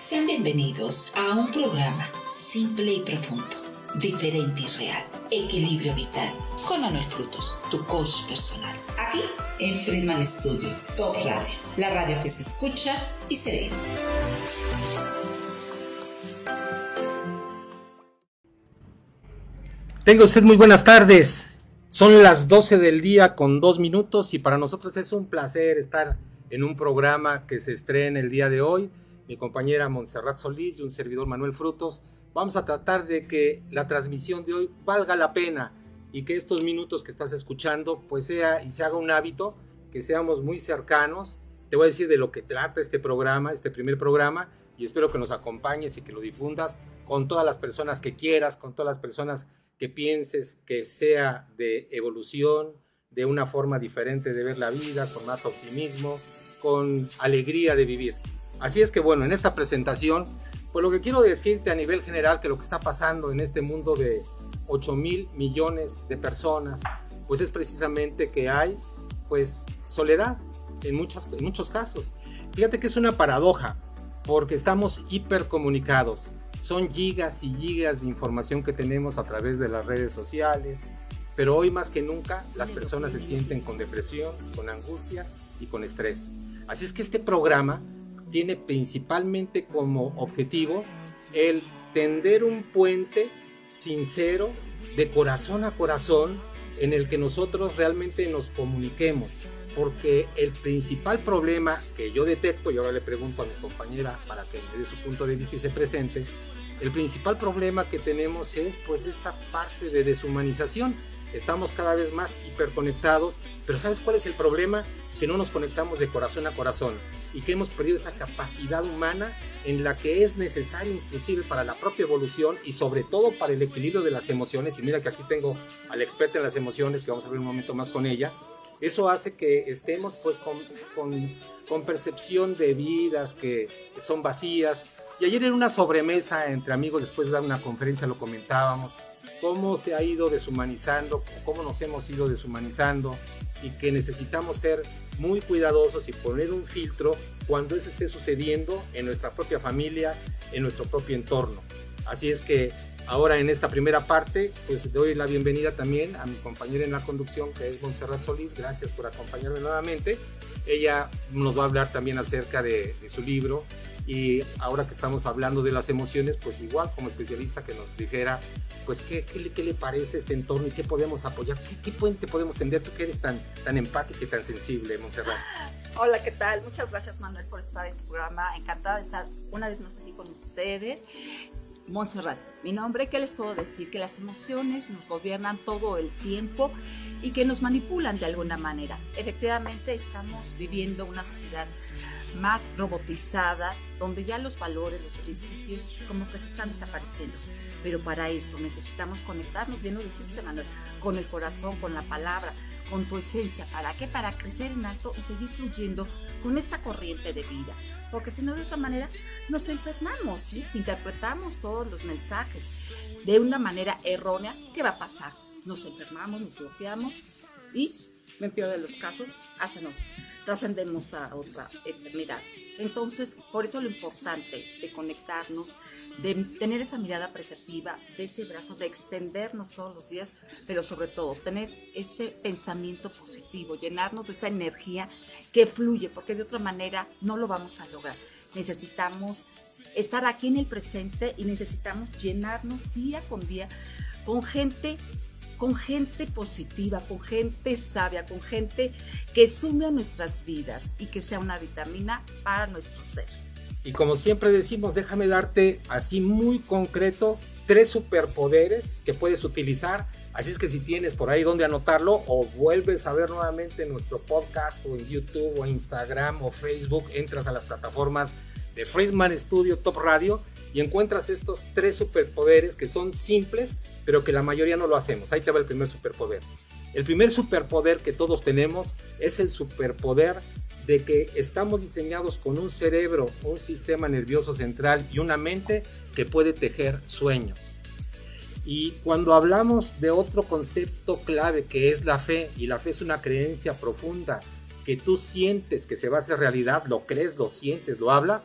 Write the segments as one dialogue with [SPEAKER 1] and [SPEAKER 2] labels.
[SPEAKER 1] Sean bienvenidos a un programa simple y profundo, diferente y real, equilibrio vital, con Manuel Frutos, tu coach personal. Aquí en Friedman Studio, Top Radio, la radio que se escucha y se ve.
[SPEAKER 2] Tenga usted muy buenas tardes. Son las 12 del día con 2 minutos y para nosotros es un placer estar en un programa que se estrena el día de hoy. Mi compañera Montserrat Solís y un servidor Manuel Frutos. Vamos a tratar de que la transmisión de hoy valga la pena y que estos minutos que estás escuchando pues sea y se haga un hábito, que seamos muy cercanos. Te voy a decir de lo que trata este programa, este primer programa, y espero que nos acompañes y que lo difundas con todas las personas que quieras, con todas las personas que pienses que sea de evolución, de una forma diferente de ver la vida, con más optimismo, con alegría de vivir. Así es que bueno, en esta presentación, pues lo que quiero decirte a nivel general, que lo que está pasando en este mundo de 8,000 millones de personas, pues es precisamente que hay pues soledad en muchos casos. Fíjate que es una paradoja, porque estamos hipercomunicados. Son gigas y gigas de información que tenemos a través de las redes sociales, pero hoy más que nunca las personas se sienten con depresión, con angustia y con estrés. Así es que este programa tiene principalmente como objetivo el tender un puente sincero, de corazón a corazón, en el que nosotros realmente nos comuniquemos, porque el principal problema que yo detecto, y ahora le pregunto a mi compañera para que me dé su punto de vista y se presente, el principal problema que tenemos es pues esta parte de deshumanización. Estamos cada vez más hiperconectados, pero ¿sabes cuál es el problema? Que no nos conectamos de corazón a corazón y que hemos perdido esa capacidad humana en la que es necesario inclusive para la propia evolución y sobre todo para el equilibrio de las emociones. Y mira que aquí tengo a la experta en las emociones, que vamos a ver un momento más con ella. Eso hace que estemos pues con percepción de vidas que son vacías. Y ayer en una sobremesa entre amigos, después de dar una conferencia, lo comentábamos, cómo se ha ido deshumanizando, cómo nos hemos ido deshumanizando y que necesitamos ser muy cuidadosos y poner un filtro cuando eso esté sucediendo en nuestra propia familia, en nuestro propio entorno. Así es que ahora en esta primera parte, pues doy la bienvenida también a mi compañera en la conducción, que es Montserrat Solís. Gracias por acompañarme nuevamente. Ella nos va a hablar también acerca de su libro. Y ahora que estamos hablando de las emociones, pues igual como especialista que nos dijera, pues qué le parece este entorno y qué podemos apoyar, qué puente podemos tender, tú que eres tan empática y tan sensible, Montserrat.
[SPEAKER 3] Hola, ¿qué tal? Muchas gracias, Manuel, por estar en tu programa. Encantada de estar una vez más aquí con ustedes. Montserrat, mi nombre, ¿qué les puedo decir? Que las emociones nos gobiernan todo el tiempo y que nos manipulan de alguna manera. Efectivamente, estamos viviendo una sociedad más robotizada, donde ya los valores, los principios, como que se están desapareciendo. Pero para eso necesitamos conectarnos, bien lo dijiste, Manuel, con el corazón, con la palabra, con tu esencia. ¿Para qué? Para crecer en alto y seguir fluyendo con esta corriente de vida. Porque si no, de otra manera, nos enfermamos, ¿sí? Si interpretamos todos los mensajes de una manera errónea, ¿qué va a pasar? Nos enfermamos, nos bloqueamos y, en el peor de los casos, hasta nos trascendemos a otra enfermedad. Entonces, por eso lo importante de conectarnos, de tener esa mirada preceptiva, de ese brazo, de extendernos todos los días, pero sobre todo tener ese pensamiento positivo, llenarnos de esa energía que fluye, porque de otra manera no lo vamos a lograr. Necesitamos estar aquí en el presente y necesitamos llenarnos día con día con gente positiva, con gente sabia, con gente que sume a nuestras vidas y que sea una vitamina para nuestro ser.
[SPEAKER 2] Y como siempre decimos, déjame darte así muy concreto 3 superpoderes que puedes utilizar. Así es que si tienes por ahí donde anotarlo o vuelves a ver nuevamente nuestro podcast o en YouTube o Instagram o Facebook, entras a las plataformas de Friedman Studio Top Radio y encuentras estos 3 superpoderes que son simples, pero que la mayoría no lo hacemos. Ahí te va el primer superpoder. El primer superpoder que todos tenemos es el superpoder de que estamos diseñados con un cerebro, un sistema nervioso central y una mente que puede tejer sueños. Y cuando hablamos de otro concepto clave que es la fe, y la fe es una creencia profunda que tú sientes que se va a hacer realidad, lo crees, lo sientes, lo hablas,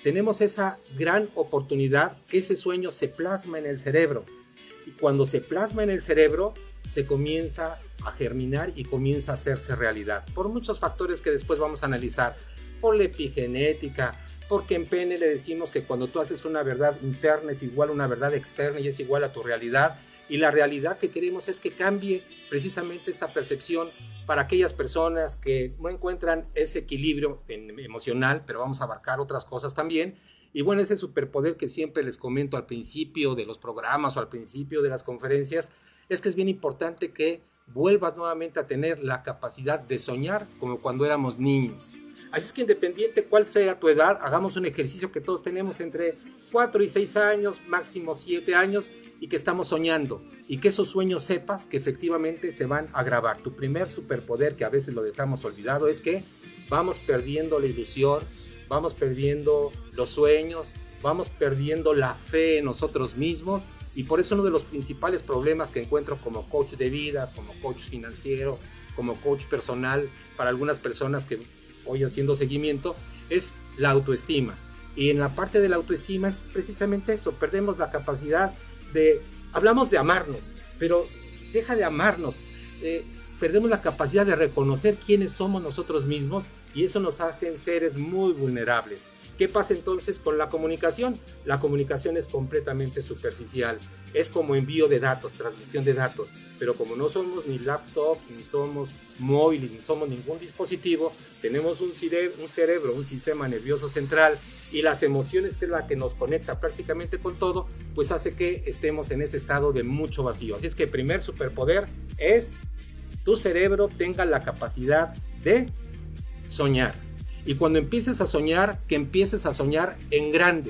[SPEAKER 2] tenemos esa gran oportunidad que ese sueño se plasma en el cerebro. Y cuando se plasma en el cerebro, se comienza a germinar y comienza a hacerse realidad. Por muchos factores que después vamos a analizar. Por la epigenética, porque en PNL le decimos que cuando tú haces una verdad interna es igual a una verdad externa y es igual a tu realidad. Y la realidad que queremos es que cambie precisamente esta percepción para aquellas personas que no encuentran ese equilibrio emocional, pero vamos a abarcar otras cosas también. Y bueno, ese superpoder que siempre les comento al principio de los programas o al principio de las conferencias, es que es bien importante que vuelvas nuevamente a tener la capacidad de soñar como cuando éramos niños. Así es que independiente cuál sea tu edad, hagamos un ejercicio que todos tenemos entre 4 y 6 años, máximo 7 años, y que estamos soñando. Y que esos sueños sepas que efectivamente se van a grabar. Tu primer superpoder, que a veces lo dejamos olvidado, es que vamos perdiendo la ilusión, vamos perdiendo los sueños, vamos perdiendo la fe en nosotros mismos. Y por eso uno de los principales problemas que encuentro como coach de vida, como coach financiero, como coach personal, para algunas personas que hoy haciendo seguimiento, es la autoestima. Y en la parte de la autoestima es precisamente eso, perdemos la capacidad de, hablamos de amarnos, pero deja de amarnos, perdemos la capacidad de reconocer quiénes somos nosotros mismos y eso nos hace seres muy vulnerables. ¿Qué pasa entonces con la comunicación? La comunicación es completamente superficial, es como envío de datos, transmisión de datos, pero como no somos ni laptop, ni somos móviles, ni somos ningún dispositivo, tenemos un cerebro, un sistema nervioso central y las emociones, que es la que nos conecta prácticamente con todo, pues hace que estemos en ese estado de mucho vacío. Así es que el primer superpoder es tu cerebro tenga la capacidad de soñar. Y cuando empieces a soñar, que empieces a soñar en grande.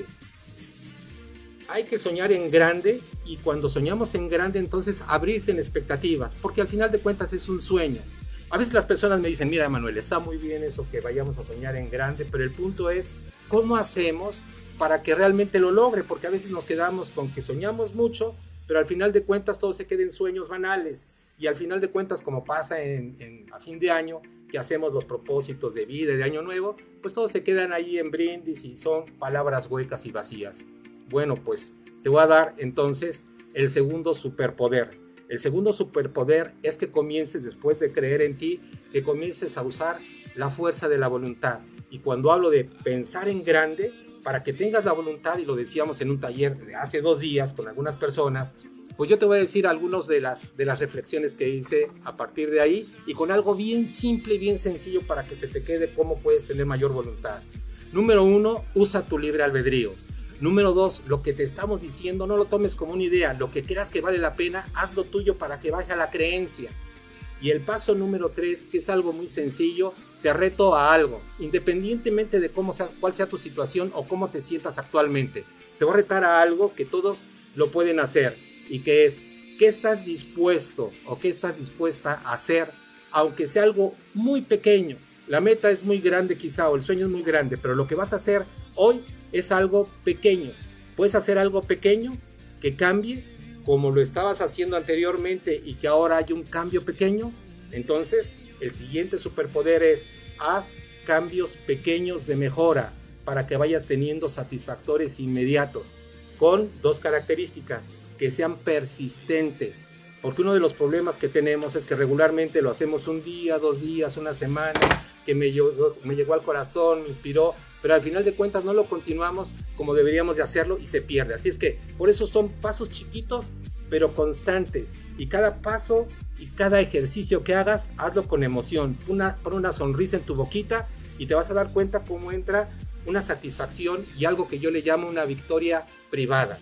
[SPEAKER 2] Hay que soñar en grande y cuando soñamos en grande, entonces abrirte en expectativas, porque al final de cuentas es un sueño. A veces las personas me dicen, mira Manuel, está muy bien eso que vayamos a soñar en grande, pero el punto es, ¿cómo hacemos para que realmente lo logre? Porque a veces nos quedamos con que soñamos mucho, pero al final de cuentas todo se queda en sueños banales. Y al final de cuentas, como pasa a fin de año, que hacemos los propósitos de vida de año nuevo, pues todos se quedan ahí en brindis y son palabras huecas y vacías. Bueno, pues te voy a dar entonces el segundo superpoder. El segundo superpoder es que comiences, después de creer en ti, que comiences a usar la fuerza de la voluntad. Y cuando hablo de pensar en grande, para que tengas la voluntad, y lo decíamos en un taller de hace 2 días con algunas personas, pues yo te voy a decir algunas de las reflexiones que hice a partir de ahí y con algo bien simple y bien sencillo para que se te quede cómo puedes tener mayor voluntad. Número 1, usa tu libre albedrío. Número 2, lo que te estamos diciendo no lo tomes como una idea, lo que creas que vale la pena, hazlo tuyo para que baje la creencia. Y el paso número 3, que es algo muy sencillo, te reto a algo, independientemente de cuál sea tu situación o cómo te sientas actualmente. Te voy a retar a algo que todos lo pueden hacer. Y que es, ¿qué estás dispuesto o qué estás dispuesta a hacer, aunque sea algo muy pequeño? La meta es muy grande quizá, o el sueño es muy grande, pero lo que vas a hacer hoy es algo pequeño. Puedes hacer algo pequeño que cambie, como lo estabas haciendo anteriormente y que ahora hay un cambio pequeño. Entonces, el siguiente superpoder es, haz cambios pequeños de mejora para que vayas teniendo satisfactores inmediatos, con 2 características. Que sean persistentes, porque uno de los problemas que tenemos es que regularmente lo hacemos un día, 2 días, una semana, que me llegó al corazón, me inspiró, pero al final de cuentas no lo continuamos como deberíamos de hacerlo y se pierde. Así es que por eso son pasos chiquitos pero constantes, y cada paso y cada ejercicio que hagas, hazlo con emoción, pon una sonrisa en tu boquita y te vas a dar cuenta cómo entra una satisfacción y algo que yo le llamo una victoria privada.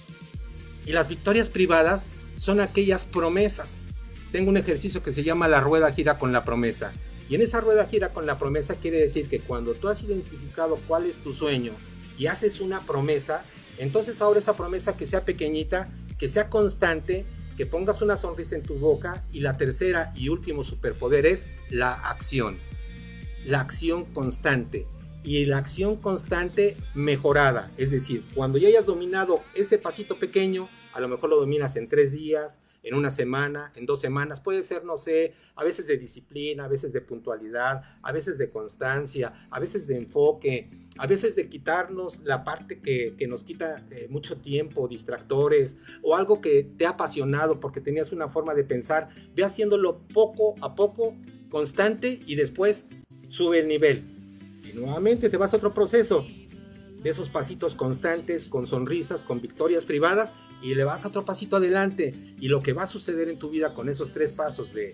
[SPEAKER 2] Y las victorias privadas son aquellas promesas. Tengo un ejercicio que se llama la rueda gira con la promesa. Y en esa rueda gira con la promesa quiere decir que cuando tú has identificado cuál es tu sueño y haces una promesa, entonces ahora esa promesa que sea pequeñita, que sea constante, que pongas una sonrisa en tu boca. Y la tercera y último superpoder es la acción. La acción constante. Y la acción constante mejorada, es decir, cuando ya hayas dominado ese pasito pequeño, a lo mejor lo dominas en 3 días, en 1 semana, en 2 semanas, puede ser, no sé, a veces de disciplina, a veces de puntualidad, a veces de constancia, a veces de enfoque, a veces de quitarnos la parte que nos quita mucho tiempo, distractores o algo que te ha apasionado porque tenías una forma de pensar, ve haciéndolo poco a poco, constante, y después sube el nivel. Y nuevamente te vas a otro proceso de esos pasitos constantes, con sonrisas, con victorias privadas, y le vas a otro pasito adelante. Y lo que va a suceder en tu vida con esos 3 pasos de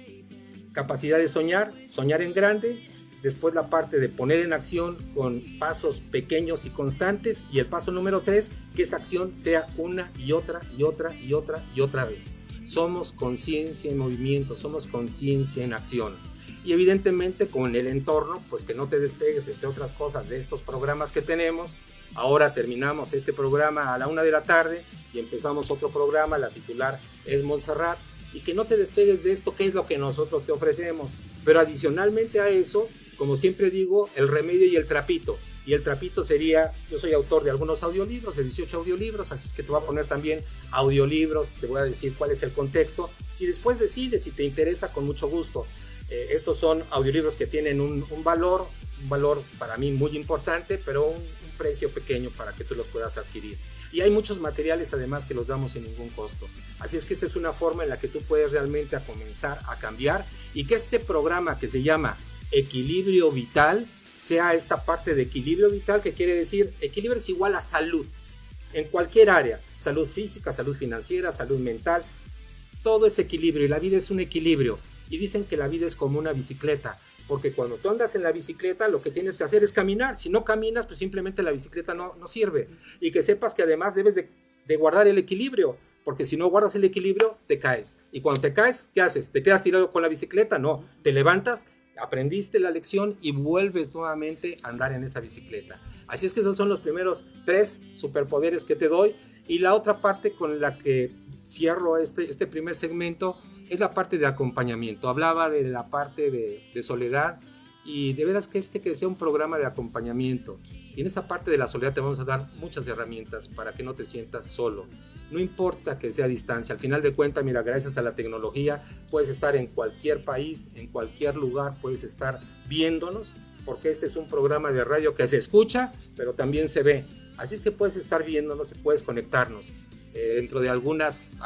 [SPEAKER 2] capacidad de soñar, soñar en grande, después la parte de poner en acción con pasos pequeños y constantes, y el paso número 3, que esa acción sea una y otra y otra y otra y otra vez. Somos conciencia en movimiento, somos conciencia en acción. Y evidentemente con el entorno, pues que no te despegues, entre otras cosas, de estos programas que tenemos. Ahora terminamos este programa a la 1 de la tarde y empezamos otro programa, la titular es Montserrat, y que no te despegues de esto, que es lo que nosotros te ofrecemos. Pero adicionalmente a eso, como siempre digo, el remedio y el trapito. Y el trapito sería, yo soy autor de algunos audiolibros, de 18 audiolibros, así es que te voy a poner también audiolibros, te voy a decir cuál es el contexto, y después decides si te interesa con mucho gusto. Estos son audiolibros que tienen un valor para mí muy importante, pero un precio pequeño para que tú los puedas adquirir. Y hay muchos materiales además que los damos sin ningún costo. Así es que esta es una forma en la que tú puedes realmente comenzar a cambiar, y que este programa que se llama Equilibrio Vital sea esta parte de equilibrio vital, que quiere decir equilibrio es igual a salud en cualquier área, salud física, salud financiera, salud mental, todo es equilibrio, y la vida es un equilibrio. Y dicen que la vida es como una bicicleta, porque cuando tú andas en la bicicleta lo que tienes que hacer es caminar. Si no caminas, pues simplemente la bicicleta no sirve. Y que sepas que además debes de guardar el equilibrio, porque si no guardas el equilibrio te caes. Y cuando te caes, ¿qué haces? ¿Te quedas tirado con la bicicleta? No, te levantas, aprendiste la lección y vuelves nuevamente a andar en esa bicicleta. Así es que esos son los primeros 3 superpoderes que te doy. Y la otra parte con la que cierro este primer segmento es la parte de acompañamiento. Hablaba de la parte de soledad, y de veras que que sea un programa de acompañamiento. Y en esta parte de la soledad te vamos a dar muchas herramientas para que no te sientas solo. No importa que sea a distancia, al final de cuentas, mira, gracias a la tecnología puedes estar en cualquier país, en cualquier lugar, puedes estar viéndonos, porque este es un programa de radio que se escucha, pero también se ve. Así es que puedes estar viéndonos y puedes conectarnos. Dentro de algunas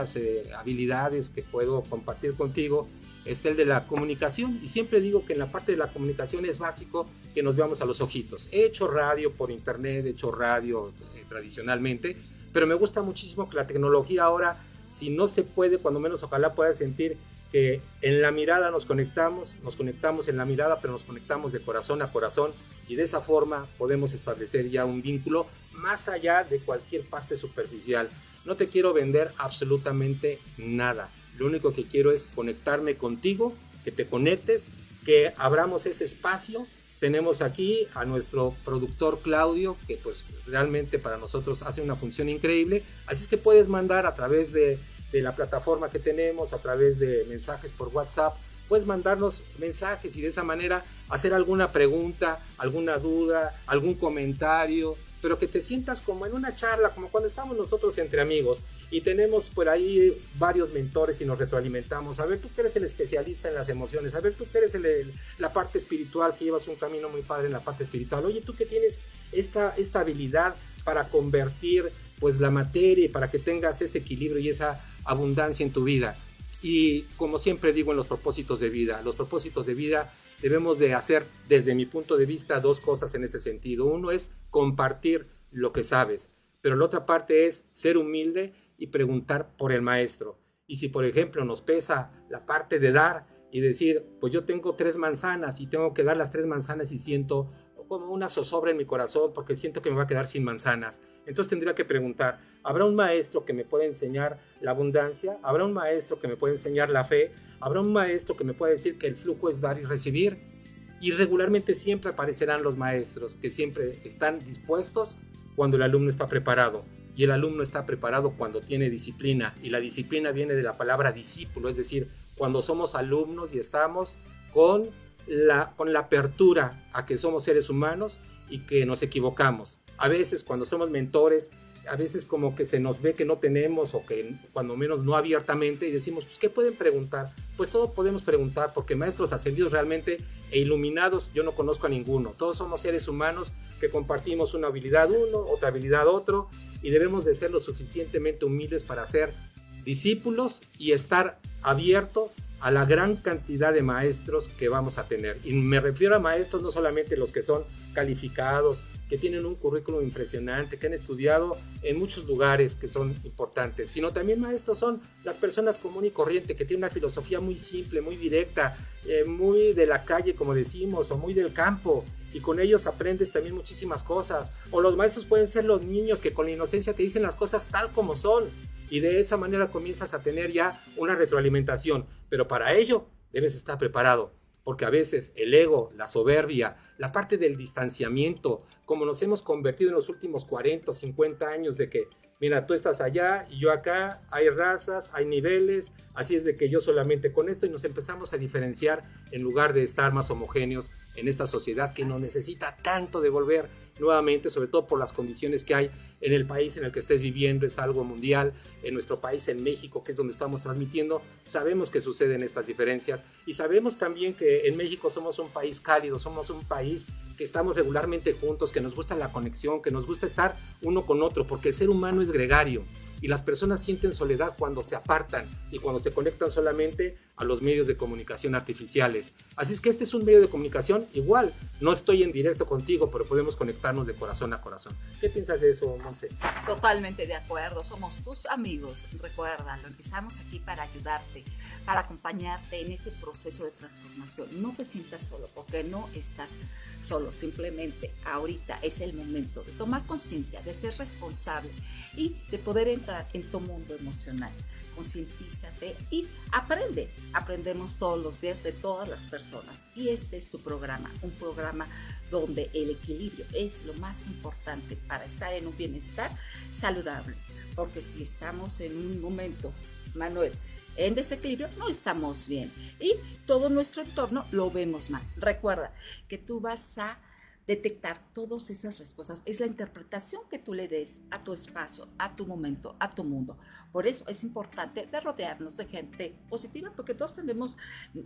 [SPEAKER 2] habilidades que puedo compartir contigo está el de la comunicación, y siempre digo que en la parte de la comunicación es básico que nos veamos a los ojitos. He hecho radio por internet, he hecho radio tradicionalmente, pero me gusta muchísimo que la tecnología ahora, si no se puede, cuando menos ojalá puedas sentir que en la mirada nos conectamos en la mirada, pero nos conectamos de corazón a corazón, y de esa forma podemos establecer ya un vínculo más allá de cualquier parte superficial. No te quiero vender absolutamente nada, lo único que quiero es conectarme contigo, que te conectes, que abramos ese espacio. Tenemos aquí a nuestro productor Claudio, que pues realmente para nosotros hace una función increíble, así es que puedes mandar a través de la plataforma que tenemos, a través de mensajes por WhatsApp, puedes mandarnos mensajes y de esa manera hacer alguna pregunta, alguna duda, algún comentario, pero que te sientas como en una charla, como cuando estamos nosotros entre amigos y tenemos por ahí varios mentores y nos retroalimentamos. A ver, tú que eres el especialista en las emociones, a ver, tú que eres la parte espiritual, que llevas un camino muy padre en la parte espiritual, oye, tú que tienes esta habilidad para convertir pues la materia y para que tengas ese equilibrio y esa abundancia en tu vida. Y como siempre digo en los propósitos de vida debemos de hacer, desde mi punto de vista, 2 cosas en ese sentido. Uno es compartir lo que sabes, pero la otra parte es ser humilde y preguntar por el maestro. Y si por ejemplo nos pesa la parte de dar y decir, pues yo tengo 3 manzanas y tengo que dar las 3 manzanas y siento como una zozobra en mi corazón porque siento que me va a quedar sin manzanas, entonces tendría que preguntar, ¿habrá un maestro que me pueda enseñar la abundancia? ¿Habrá un maestro que me pueda enseñar la fe? ¿Habrá un maestro que me pueda decir que el flujo es dar y recibir? Y regularmente siempre aparecerán los maestros que siempre están dispuestos cuando el alumno está preparado, y el alumno está preparado cuando tiene disciplina, y la disciplina viene de la palabra discípulo, es decir, cuando somos alumnos y estamos con la apertura a que somos seres humanos y que nos equivocamos. A veces cuando somos mentores, a veces como que se nos ve que no tenemos, o que cuando menos no abiertamente, y decimos, pues ¿qué pueden preguntar? Pues todo podemos preguntar, porque maestros ascendidos realmente e iluminados yo no conozco a ninguno. Todos somos seres humanos que compartimos una habilidad uno, otra habilidad otro, y debemos de ser lo suficientemente humildes para ser discípulos y estar abiertos a la gran cantidad de maestros que vamos a tener. Y me refiero a maestros no solamente los que son calificados, que tienen un currículum impresionante, que han estudiado en muchos lugares que son importantes, sino también maestros son las personas común y corriente, que tienen una filosofía muy simple, muy directa, muy de la calle, como decimos, o muy del campo, y con ellos aprendes también muchísimas cosas. O los maestros pueden ser los niños que con la inocencia te dicen las cosas tal como son, y de esa manera comienzas a tener ya una retroalimentación, pero para ello debes estar preparado, porque a veces el ego, la soberbia, la parte del distanciamiento, como nos hemos convertido en los últimos 40 o 50 años de que, mira, tú estás allá y yo acá, hay razas, hay niveles, así es de que yo solamente con esto, y nos empezamos a diferenciar en lugar de estar más homogéneos en esta sociedad que nos necesita tanto de volver nuevamente, sobre todo por las condiciones que hay en el país en el que estés viviendo. Es algo mundial. En nuestro país, en México, que es donde estamos transmitiendo, sabemos que suceden estas diferencias, y sabemos también que en México somos un país cálido, somos un país que estamos regularmente juntos, que nos gusta la conexión, que nos gusta estar uno con otro, porque el ser humano es gregario, y las personas sienten soledad cuando se apartan y cuando se conectan solamente a los medios de comunicación artificiales. Así es que este es un medio de comunicación igual. No estoy en directo contigo, pero podemos conectarnos de corazón a corazón. ¿Qué piensas de eso, Monse?
[SPEAKER 3] Totalmente de acuerdo. Somos tus amigos. Recuérdalo. Estamos aquí para ayudarte, para acompañarte en ese proceso de transformación. No te sientas solo, porque no estás solo. Simplemente ahorita es el momento de tomar conciencia, de ser responsable y de poder entrar en tu mundo emocional. Concientízate y aprende. Aprendemos todos los días de todas las personas, y este es tu programa, un programa donde el equilibrio es lo más importante para estar en un bienestar saludable, porque si estamos en un momento, Manuel, en desequilibrio, no estamos bien y todo nuestro entorno lo vemos mal. Recuerda que tú vas a detectar todas esas respuestas. Es la interpretación que tú le des a tu espacio, a tu momento, a tu mundo. Por eso es importante de rodearnos de gente positiva, porque todos tenemos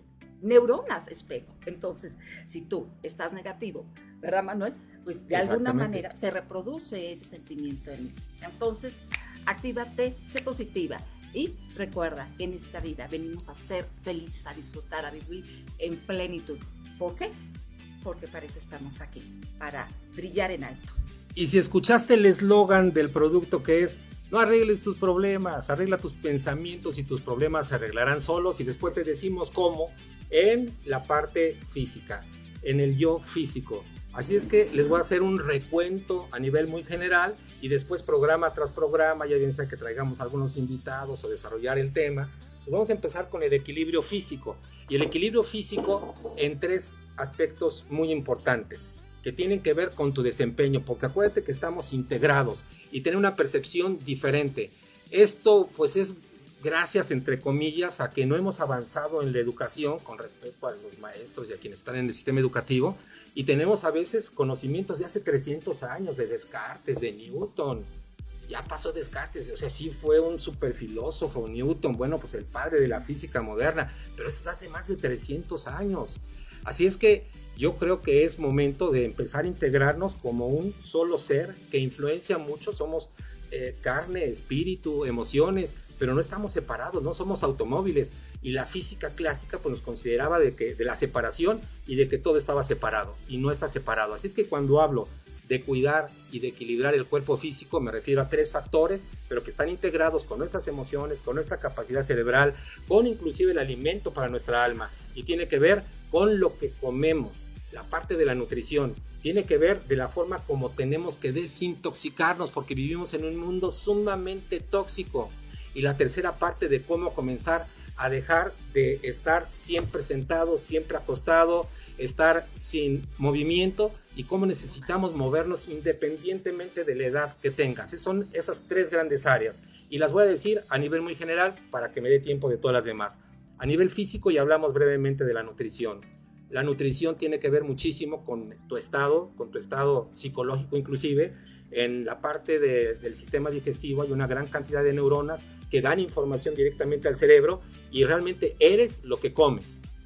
[SPEAKER 3] neuronas espejo. Entonces, si tú estás negativo, ¿verdad, Manuel? Pues de alguna manera se reproduce ese sentimiento en mí. Entonces, actívate, sé positiva. Y recuerda que en esta vida venimos a ser felices, a disfrutar, a vivir en plenitud. ¿Por qué? Porque para eso estamos aquí, para brillar en alto.
[SPEAKER 2] Y si escuchaste el eslogan del producto, que es: no arregles tus problemas, arregla tus pensamientos y tus problemas se arreglarán solos, y después te decimos cómo, en la parte física, en el yo físico. Así es que les voy a hacer un recuento a nivel muy general, y después programa tras programa, ya bien sea que traigamos algunos invitados o desarrollar el tema, pues vamos a empezar con el equilibrio físico. Y el equilibrio físico en 3 aspectos muy importantes que tienen que ver con tu desempeño, porque acuérdate que estamos integrados y tener una percepción diferente. Esto pues es gracias, entre comillas, a que no hemos avanzado en la educación con respecto a los maestros y a quienes están en el sistema educativo, y tenemos a veces conocimientos de hace 300 años, de Descartes, de Newton. Ya pasó Descartes, o sea, sí fue un super filósofo, Newton, bueno, pues el padre de la física moderna, pero eso es hace más de 300 años. Así es que yo creo que es momento de empezar a integrarnos como un solo ser que influencia mucho. Somos carne, espíritu, emociones, pero no estamos separados, no somos automóviles. Y la física clásica pues nos consideraba de la separación y de que todo estaba separado, y no está separado. Así es que cuando hablo de cuidar y de equilibrar el cuerpo físico, me refiero a 3 factores, pero que están integrados con nuestras emociones, con nuestra capacidad cerebral, con inclusive el alimento para nuestra alma, y tiene que ver con lo que comemos, la parte de la nutrición, tiene que ver de la forma como tenemos que desintoxicarnos, porque vivimos en un mundo sumamente tóxico. Y la tercera parte de cómo comenzar a dejar de estar siempre sentado, siempre acostado, estar sin movimiento, y cómo necesitamos movernos independientemente de la edad que tengas. Son esas 3 grandes áreas, y las voy a decir a nivel muy general para que me dé tiempo de todas las demás. A nivel físico, ya hablamos brevemente de la nutrición. La nutrición tiene que ver muchísimo con tu estado psicológico inclusive. En la parte del sistema digestivo hay una gran cantidad de neuronas que dan información directamente al cerebro, y realmente eres lo que comes.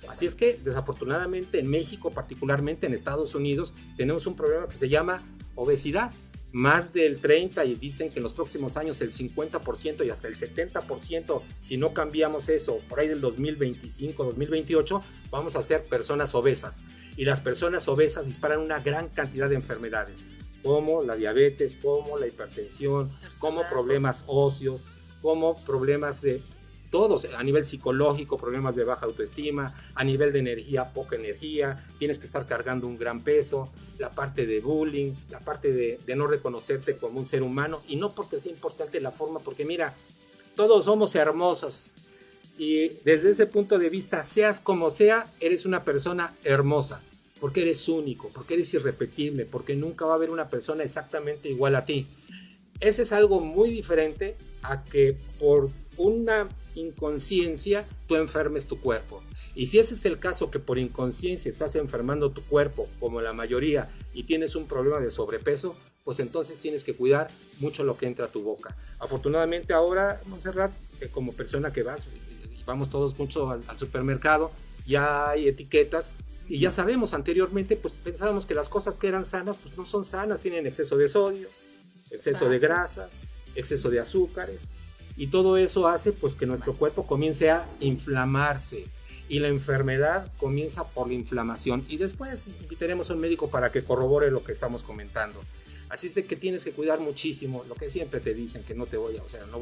[SPEAKER 2] Así es que desafortunadamente en México, particularmente en Estados Unidos, tenemos un problema que se llama obesidad. Más del 30% y dicen que en los próximos años el 50% y hasta el 70%, si no cambiamos eso, por ahí del 2025, 2028, vamos a ser personas obesas. Y las personas obesas disparan una gran cantidad de enfermedades, como la diabetes, como la hipertensión, como problemas óseos, como problemas de todos, a nivel psicológico, problemas de baja autoestima, a nivel de energía, poca energía, tienes que estar cargando un gran peso, la parte de bullying, la parte de no reconocerte como un ser humano, y no porque sea importante la forma, porque mira, todos somos hermosos, y desde ese punto de vista, seas como sea, eres una persona hermosa, porque eres único, porque eres irrepetible, porque nunca va a haber una persona exactamente igual a ti. Ese es algo muy diferente a que por una inconsciencia tú enfermes tu cuerpo. Y si ese es el caso, que por inconsciencia estás enfermando tu cuerpo, como la mayoría, y tienes un problema de sobrepeso, pues entonces tienes que cuidar mucho lo que entra a tu boca. Afortunadamente ahora, Montserrat, como persona que vas, y vamos todos mucho al supermercado, ya hay etiquetas, y ya sabemos, anteriormente pues pensábamos que las cosas que eran sanas pues no son sanas, tienen exceso de sodio, exceso de grasas, exceso de azúcares, y todo eso hace pues que nuestro cuerpo comience a inflamarse, y la enfermedad comienza por la inflamación, y después invitaremos a un médico para que corrobore lo que estamos comentando. Así es de que tienes que cuidar muchísimo lo que siempre te dicen, que no voy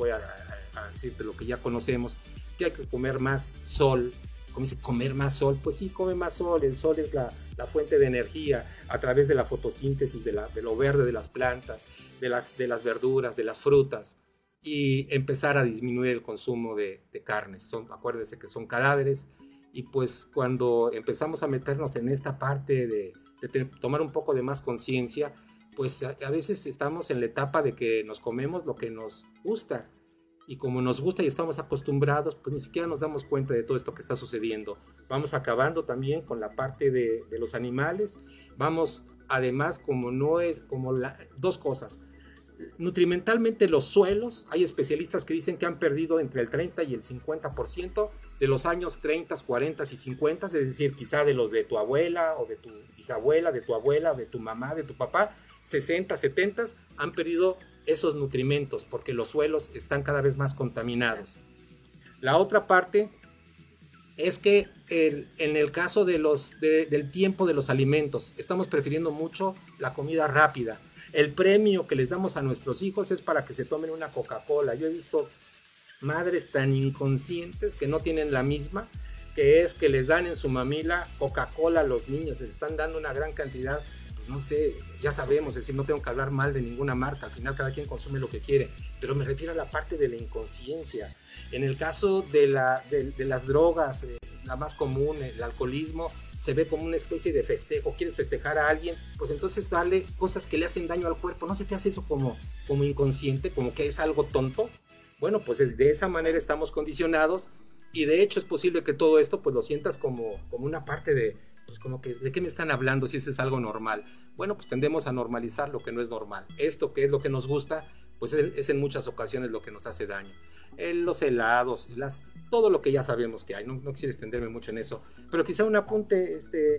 [SPEAKER 2] a decirte lo que ya conocemos, que hay que comer más sol. Como dice, comer más sol, pues sí, come más sol. El sol es la fuente de energía a través de la fotosíntesis de lo verde de las plantas, de las verduras, de las frutas, y empezar a disminuir el consumo de carnes. Acuérdense que son cadáveres, y pues cuando empezamos a meternos en esta parte de tomar un poco de más conciencia, pues a veces estamos en la etapa de que nos comemos lo que nos gusta, y como nos gusta y estamos acostumbrados, pues ni siquiera nos damos cuenta de todo esto que está sucediendo. Vamos acabando también con la parte de los animales. Vamos, además, dos cosas. Nutrimentalmente los suelos, hay especialistas que dicen que han perdido entre el 30 y el 50% de los años 30, 40 y 50, es decir, quizá de los de tu abuela o de tu bisabuela, de tu abuela, de tu mamá, de tu papá, 60, 70, han perdido esos nutrimentos porque los suelos están cada vez más contaminados. La otra parte es que en el caso del tiempo de los alimentos, estamos prefiriendo mucho la comida rápida. El premio que les damos a nuestros hijos es para que se tomen una Coca-Cola. Yo he visto madres tan inconscientes que no tienen la misma, que es que les dan en su mamila Coca-Cola a los niños, les están dando una gran cantidad. No sé, ya sabemos, es decir, no tengo que hablar mal de ninguna marca, al final cada quien consume lo que quiere, pero me refiero a la parte de la inconsciencia. En el caso de las drogas, la más común, el alcoholismo, se ve como una especie de festejo. ¿Quieres festejar a alguien? Pues entonces darle cosas que le hacen daño al cuerpo. ¿No se te hace eso como inconsciente, como que es algo tonto? Bueno, pues de esa manera estamos condicionados, y de hecho es posible que todo esto pues lo sientas como una parte de, pues como que, ¿de qué me están hablando si eso es algo normal? Bueno, pues tendemos a normalizar lo que no es normal. Esto que es lo que nos gusta, pues es en muchas ocasiones lo que nos hace daño. Los helados, todo lo que ya sabemos que hay. No quisiera extenderme mucho en eso, pero quizá un apunte,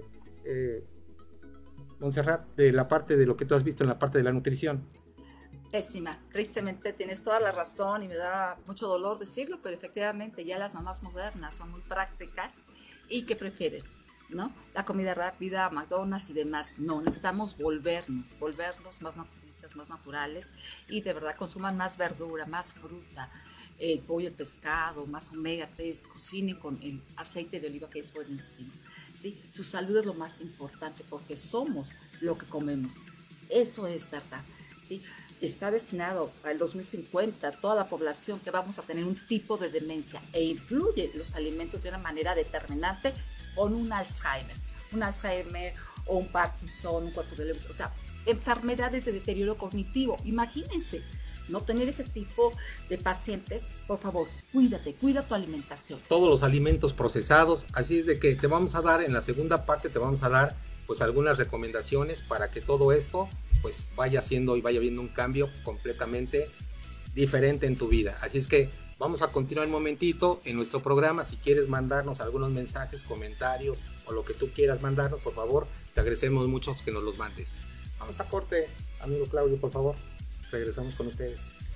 [SPEAKER 2] Montserrat, de la parte de lo que tú has visto en la parte de la nutrición.
[SPEAKER 3] Pésima, tristemente tienes toda la razón y me da mucho dolor decirlo, pero efectivamente ya las mamás modernas son muy prácticas y que prefieren, ¿no? La comida rápida, McDonald's y demás. No, necesitamos volvernos más naturistas, más naturales, y de verdad consuman más verdura, más fruta, el pollo, el pescado, más omega 3, cocinen con el aceite de oliva, que es buenísimo, ¿sí? Su salud es lo más importante porque somos lo que comemos. Eso es verdad, ¿sí? Está destinado al 2050 toda la población que vamos a tener un tipo de demencia, e influye los alimentos de una manera determinante con un Alzheimer o un Parkinson, un cuerpo de Lewis, o sea, enfermedades de deterioro cognitivo. Imagínense no tener ese tipo de pacientes. Por favor, cuida tu alimentación.
[SPEAKER 2] Todos los alimentos procesados, así es de que te vamos a dar, en la segunda parte te vamos a dar pues algunas recomendaciones para que todo esto pues vaya haciendo y vaya viendo un cambio completamente diferente en tu vida. Así es que Vamos a continuar un momentito en nuestro programa. Si quieres mandarnos algunos mensajes, comentarios o lo que tú quieras mandarnos, por favor, te agradecemos mucho que nos los mandes. Vamos a corte, amigo Claudio, por favor. Regresamos con ustedes.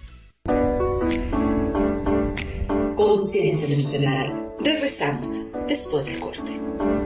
[SPEAKER 1] Conciencia emocional. Regresamos después del corte.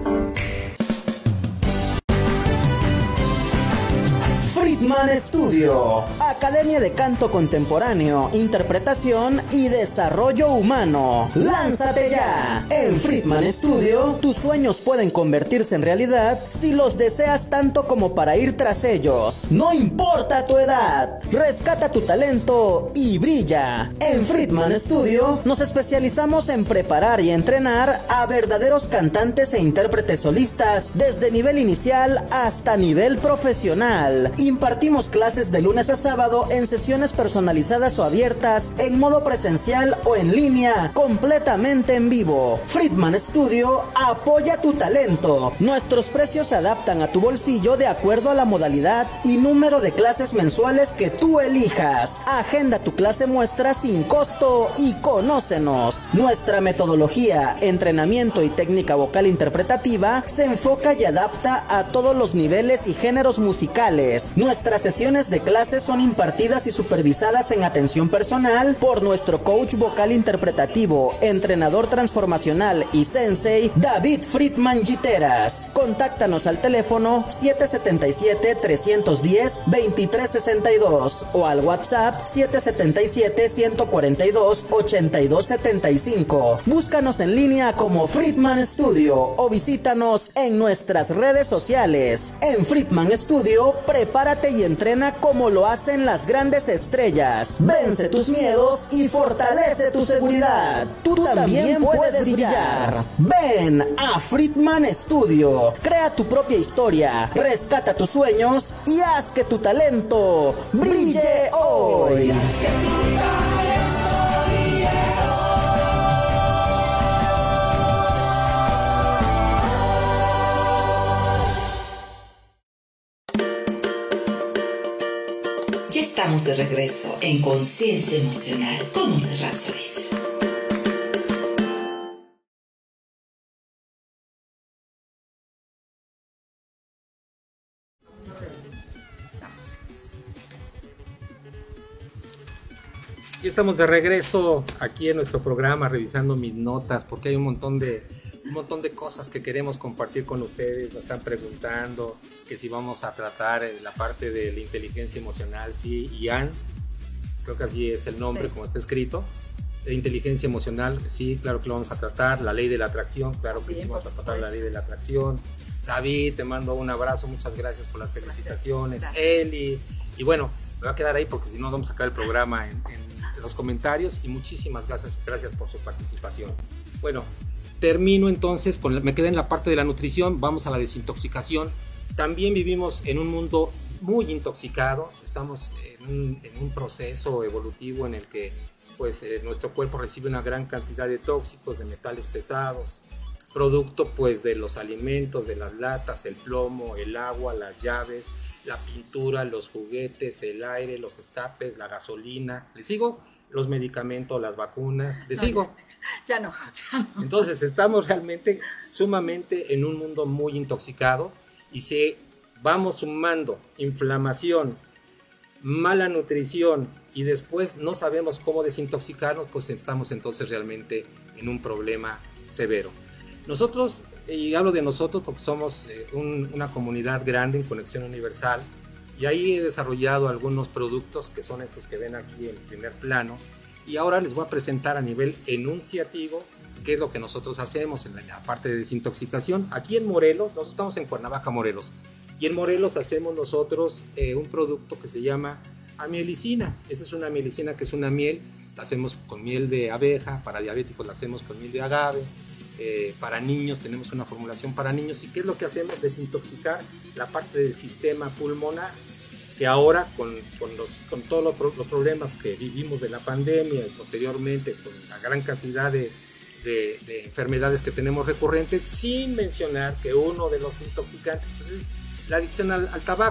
[SPEAKER 4] Friedman Studio, Academia de Canto Contemporáneo, Interpretación y Desarrollo Humano. ¡Lánzate ya! En Friedman Studio, tus sueños pueden convertirse en realidad si los deseas tanto como para ir tras ellos. No importa tu edad, rescata tu talento y brilla. En Friedman Studio, nos especializamos en preparar y entrenar a verdaderos cantantes e intérpretes solistas desde nivel inicial hasta nivel profesional. Impartimos clases de lunes a sábado en sesiones personalizadas o abiertas, en modo presencial o en línea, completamente en vivo. Friedman Studio apoya tu talento. Nuestros precios se adaptan a tu bolsillo de acuerdo a la modalidad y número de clases mensuales que tú elijas. Agenda tu clase muestra sin costo y conócenos. Nuestra metodología, entrenamiento y técnica vocal interpretativa se enfoca y adapta a todos los niveles y géneros musicales. Nuestras sesiones de clases son impartidas y supervisadas en atención personal por nuestro coach vocal interpretativo, entrenador transformacional y sensei David Friedman Giteras. Contáctanos al teléfono 777-310-2362 o al WhatsApp 777-142-8275. Búscanos en línea como Friedman Studio o visítanos en nuestras redes sociales. En Friedman Studio, prepárate y entrena como lo hacen las grandes estrellas. Vence tus miedos y fortalece tu seguridad. Tú también puedes brillar. Ven a Friedman Studio. Crea tu propia historia, rescata tus sueños y haz que tu talento brille hoy.
[SPEAKER 1] Ya estamos de regreso en Conciencia Emocional con Montserrat Solís.
[SPEAKER 2] Ya estamos de regreso aquí en nuestro programa, revisando mis notas, porque hay un montón de cosas que queremos compartir con ustedes. Nos están preguntando que si vamos a tratar la parte de la inteligencia emocional, sí, IAN, creo que así es el nombre, sí, como está escrito. La inteligencia emocional, sí, claro que lo vamos a tratar. La ley de la atracción, claro que sí vamos a tratar la ley de la atracción. David, te mando un abrazo, muchas gracias por las felicitaciones. Gracias. Eli, y bueno, me voy a quedar ahí porque si no vamos a sacar el programa en los comentarios, y muchísimas gracias por su participación. Bueno, termino entonces, me quedé en la parte de la nutrición, vamos a la desintoxicación. También vivimos en un mundo muy intoxicado, estamos en un proceso evolutivo en el que pues, nuestro cuerpo recibe una gran cantidad de tóxicos, de metales pesados, producto pues, de los alimentos, de las latas, el plomo, el agua, las llaves, la pintura, los juguetes, el aire, los escapes, la gasolina. ¿Le sigo? Los medicamentos, las vacunas. ¿Le sigo?
[SPEAKER 3] Ya no.
[SPEAKER 2] Entonces estamos realmente sumamente en un mundo muy intoxicado, y si vamos sumando inflamación, mala nutrición y después no sabemos cómo desintoxicarnos, pues estamos entonces realmente en un problema severo. Nosotros, y hablo de nosotros porque somos una comunidad grande en Conexión Universal, y ahí he desarrollado algunos productos que son estos que ven aquí en primer plano, y ahora les voy a presentar a nivel enunciativo qué es lo que nosotros hacemos en la parte de desintoxicación. Aquí en Morelos, nosotros estamos en Cuernavaca, Morelos, y en Morelos hacemos nosotros un producto que se llama amielicina. Esta es una amielicina que es una miel, la hacemos con miel de abeja, para diabéticos la hacemos con miel de agave, para niños tenemos una formulación para niños. ¿Y qué es lo que hacemos? Desintoxicar la parte del sistema pulmonar, que ahora con todos los problemas que vivimos de la pandemia y posteriormente con la gran cantidad de enfermedades que tenemos recurrentes, sin mencionar que uno de los intoxicantes pues es la adicción al tabaco.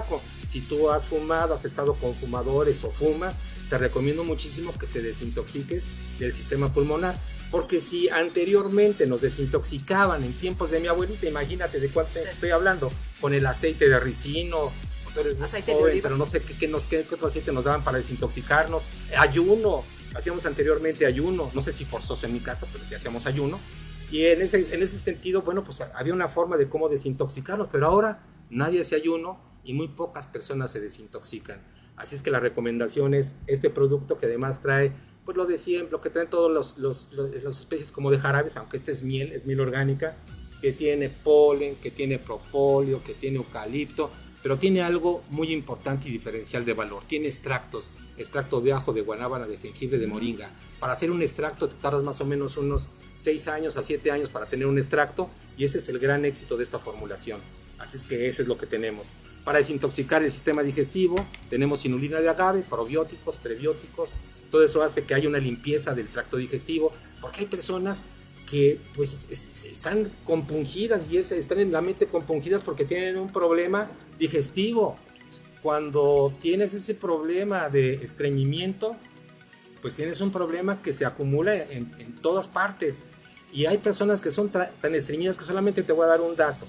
[SPEAKER 2] Si tú has fumado, has estado con fumadores o fumas, te recomiendo muchísimo que te desintoxiques del sistema pulmonar, porque si anteriormente nos desintoxicaban en tiempos de mi abuelita, imagínate de cuánto estoy hablando, con el aceite de ricino,
[SPEAKER 3] aceite de oliva,
[SPEAKER 2] pero no sé qué otro aceite nos daban para desintoxicarnos, ayuno, hacíamos anteriormente ayuno, no sé si forzoso en mi casa, pero sí hacíamos ayuno, y en ese sentido, bueno, pues había una forma de cómo desintoxicarnos, pero ahora nadie hace ayuno y muy pocas personas se desintoxican. Así es que la recomendación es este producto, que además trae pues lo de siempre, lo que traen todas las especies como de jarabes, aunque este es miel orgánica, que tiene polen, que tiene propóleo, que tiene eucalipto, pero tiene algo muy importante y diferencial de valor. Tiene extractos, extracto de ajo, de guanábana, de jengibre, de moringa. Para hacer un extracto te tardas más o menos unos 6 años a 7 años para tener un extracto, y ese es el gran éxito de esta formulación. Así es que ese es lo que tenemos. Para desintoxicar el sistema digestivo tenemos inulina de agave, probióticos, prebióticos. Todo eso hace que haya una limpieza del tracto digestivo, porque hay personas que pues están compungidas, y están en la mente compungidas porque tienen un problema digestivo. Cuando tienes ese problema de estreñimiento, pues tienes un problema que se acumula en todas partes, y hay personas que son tan estreñidas que solamente te voy a dar un dato: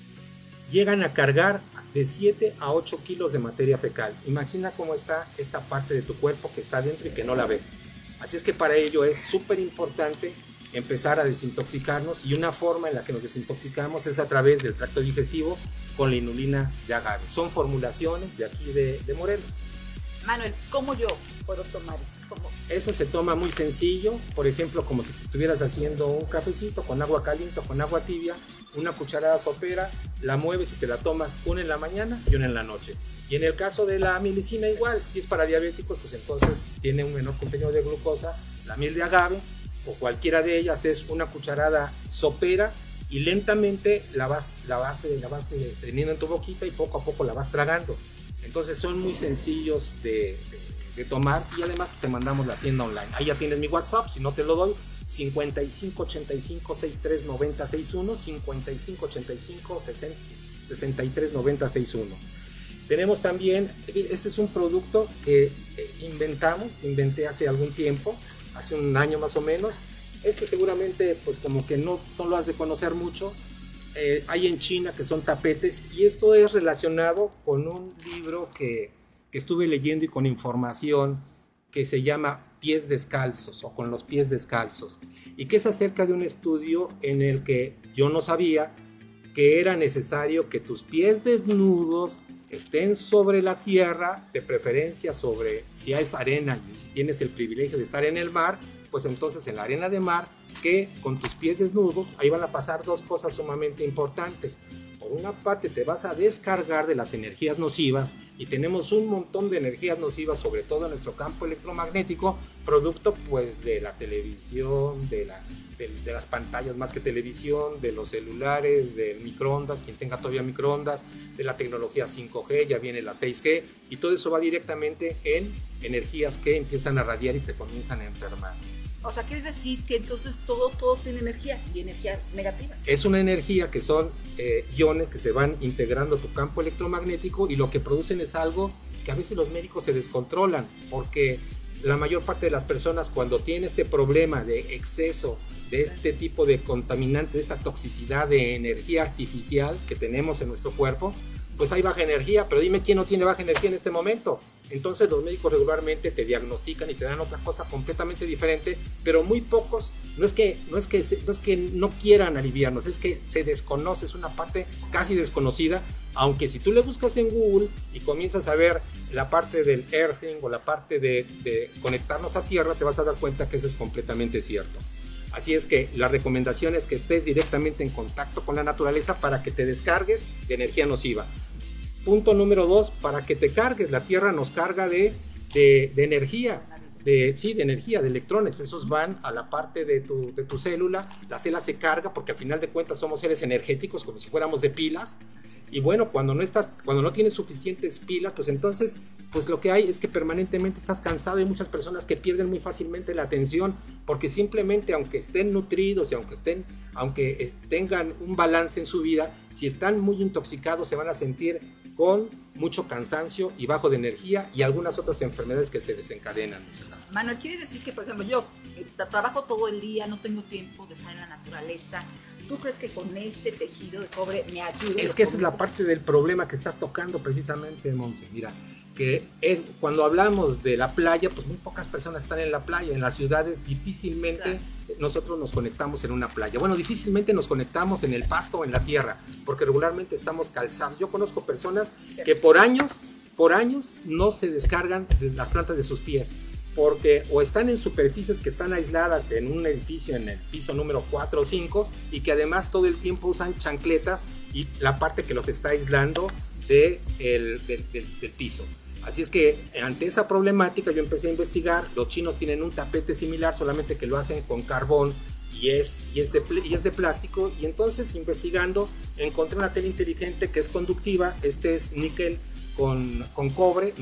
[SPEAKER 2] llegan a cargar de 7 a 8 kilos de materia fecal. Imagina cómo está esta parte de tu cuerpo que está dentro y que no la ves. Así es que para ello es súper importante empezar a desintoxicarnos, y una forma en la que nos desintoxicamos es a través del tracto digestivo con la inulina de agave. Son formulaciones de aquí de Morelos.
[SPEAKER 3] Manuel, ¿cómo yo puedo tomar esto? ¿Cómo?
[SPEAKER 2] Eso se toma muy sencillo, por ejemplo, como si te estuvieras haciendo un cafecito con agua caliente o con agua tibia, una cucharada sopera, la mueves y te la tomas una en la mañana y una en la noche. Y en el caso de la mielicina igual, si es para diabéticos, pues entonces tiene un menor contenido de glucosa. La miel de agave o cualquiera de ellas es una cucharada sopera, y lentamente la vas teniendo en tu boquita y poco a poco la vas tragando. Entonces son muy sencillos de tomar, y además te mandamos la tienda online. Ahí ya tienes mi WhatsApp, si no te lo doy, 5585-639061, 5585-639061. Tenemos también, este es un producto que inventé hace algún tiempo, hace un año más o menos. Este seguramente pues como que no lo has de conocer mucho. Hay en China que son tapetes, y esto es relacionado con un libro que estuve leyendo y con información que se llama Pies Descalzos, o Con los Pies Descalzos, y que es acerca de un estudio en el que yo no sabía que era necesario que tus pies desnudos estén sobre la tierra, de preferencia sobre, si es arena y tienes el privilegio de estar en el mar, pues entonces en la arena de mar, que con tus pies desnudos, ahí van a pasar dos cosas sumamente importantes. Por una parte te vas a descargar de las energías nocivas, y tenemos un montón de energías nocivas, sobre todo en nuestro campo electromagnético, producto pues de la televisión, de las pantallas más que televisión, de los celulares, del microondas, quien tenga todavía microondas, de la tecnología 5G, ya viene la 6G, y todo eso va directamente en energías que empiezan a radiar y te comienzan a enfermar.
[SPEAKER 3] O sea, ¿quieres decir que entonces todo tiene energía, y energía negativa?
[SPEAKER 2] Es una energía que son iones que se van integrando a tu campo electromagnético, y lo que producen es algo que a veces los médicos se descontrolan, porque la mayor parte de las personas, cuando tienen este problema de exceso de este tipo de contaminante, de esta toxicidad de energía artificial que tenemos en nuestro cuerpo, pues hay baja energía. Pero dime quién no tiene baja energía en este momento. Entonces los médicos regularmente te diagnostican y te dan otra cosa completamente diferente, pero muy pocos, no es que no quieran aliviarnos, es que se desconoce, es una parte casi desconocida, aunque si tú le buscas en Google y comienzas a ver la parte del earthing o la parte de conectarnos a tierra, te vas a dar cuenta que eso es completamente cierto. Así es que la recomendación es que estés directamente en contacto con la naturaleza para que te descargues de energía nociva. Punto número 2, para que te cargues, la tierra nos carga de energía, de energía, de electrones. Esos van a la parte de tu célula, la célula se carga, porque al final de cuentas somos seres energéticos, como si fuéramos de pilas, y bueno, cuando no tienes suficientes pilas, pues entonces, pues lo que hay es que permanentemente estás cansado. Hay muchas personas que pierden muy fácilmente la atención, porque simplemente, aunque estén nutridos y aunque tengan un balance en su vida, si están muy intoxicados se van a sentir con mucho cansancio y bajo de energía y algunas otras enfermedades que se desencadenan.
[SPEAKER 3] Manuel, ¿quiere decir que, por ejemplo, yo trabajo todo el día, no tengo tiempo de estar en la naturaleza? ¿Tú crees que con este tejido de cobre me ayude?
[SPEAKER 2] Es que esa es la parte del problema que estás tocando precisamente, Monse. Mira, que es cuando hablamos de la playa, pues muy pocas personas están en la playa. En las ciudades difícilmente nosotros nos conectamos en una playa. Bueno, difícilmente nos conectamos en el pasto o en la tierra, porque regularmente estamos calzados. Yo conozco personas que por años no se descargan de las plantas de sus pies, porque o están en superficies que están aisladas en un edificio en el piso número 4 o 5 y que además todo el tiempo usan chancletas y la parte que los está aislando del piso. Así es que ante esa problemática yo empecé a investigar. Los chinos tienen un tapete similar, solamente que lo hacen con carbón y es de plástico, y entonces investigando encontré una tela inteligente que es conductiva. Este es níquel con cobre,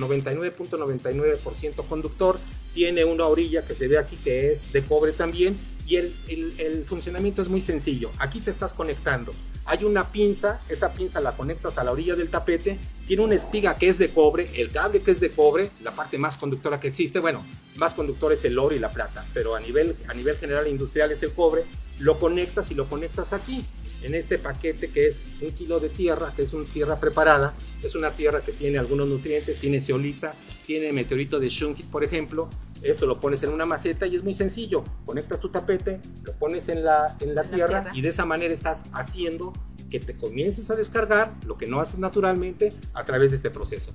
[SPEAKER 2] 99.99% conductor, tiene una orilla que se ve aquí que es de cobre también, y el funcionamiento es muy sencillo. Aquí te estás conectando, hay una pinza, esa pinza la conectas a la orilla del tapete, tiene una espiga que es de cobre, el cable que es de cobre, la parte más conductora que existe. Bueno, más conductor es el oro y la plata, pero a nivel general industrial es el cobre. Lo conectas y lo conectas aquí en este paquete que es 1 kilo de tierra, que es una tierra preparada. Es una tierra que tiene algunos nutrientes, tiene zeolita, tiene meteorito de Shunkit, por ejemplo. Esto lo pones en una maceta y es muy sencillo. Conectas tu tapete, lo pones en la tierra y de esa manera estás haciendo que te comiences a descargar lo que no haces naturalmente a través de este proceso.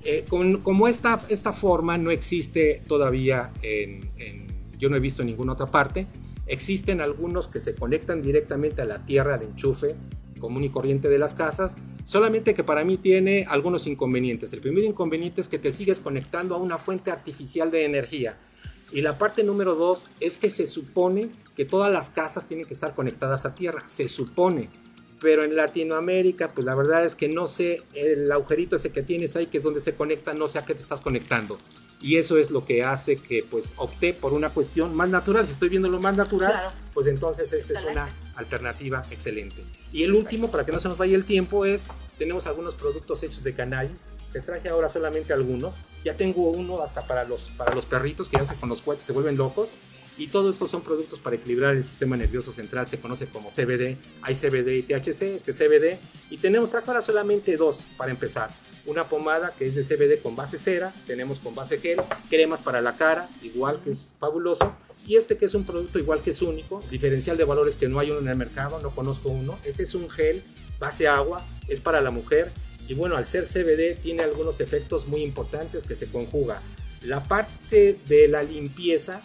[SPEAKER 2] Como esta forma no existe todavía, yo no he visto en ninguna otra parte. Existen algunos que se conectan directamente a la tierra, al enchufe común y corriente de las casas, solamente que para mí tiene algunos inconvenientes. El primer inconveniente es que te sigues conectando a una fuente artificial de energía. Y la parte número 2 es que se supone que todas las casas tienen que estar conectadas a tierra, se supone. Pero en Latinoamérica, pues la verdad es que no sé, el agujerito ese que tienes ahí, que es donde se conecta, no sé a qué te estás conectando. Y eso es lo que hace que pues opté por una cuestión más natural. Si estoy viendo lo más natural, claro, pues entonces esta es una alternativa excelente. Y el último, para que no se nos vaya el tiempo, tenemos algunos productos hechos de cannabis. Te traje ahora solamente algunos. Ya tengo uno hasta para los perritos, que ya con los cohetes se vuelven locos. Y todos estos son productos para equilibrar el sistema nervioso central. Se conoce como CBD. Hay CBD y THC, CBD. Y traje ahora solamente 2 para empezar. Una pomada que es de CBD con base cera, tenemos con base gel, cremas para la cara, igual, que es fabuloso, y que es un producto igual, que es único, diferencial de valores que no hay uno en el mercado, no conozco uno. Este es un gel base agua, es para la mujer, y bueno, al ser CBD tiene algunos efectos muy importantes que se conjuga. La parte de la limpieza,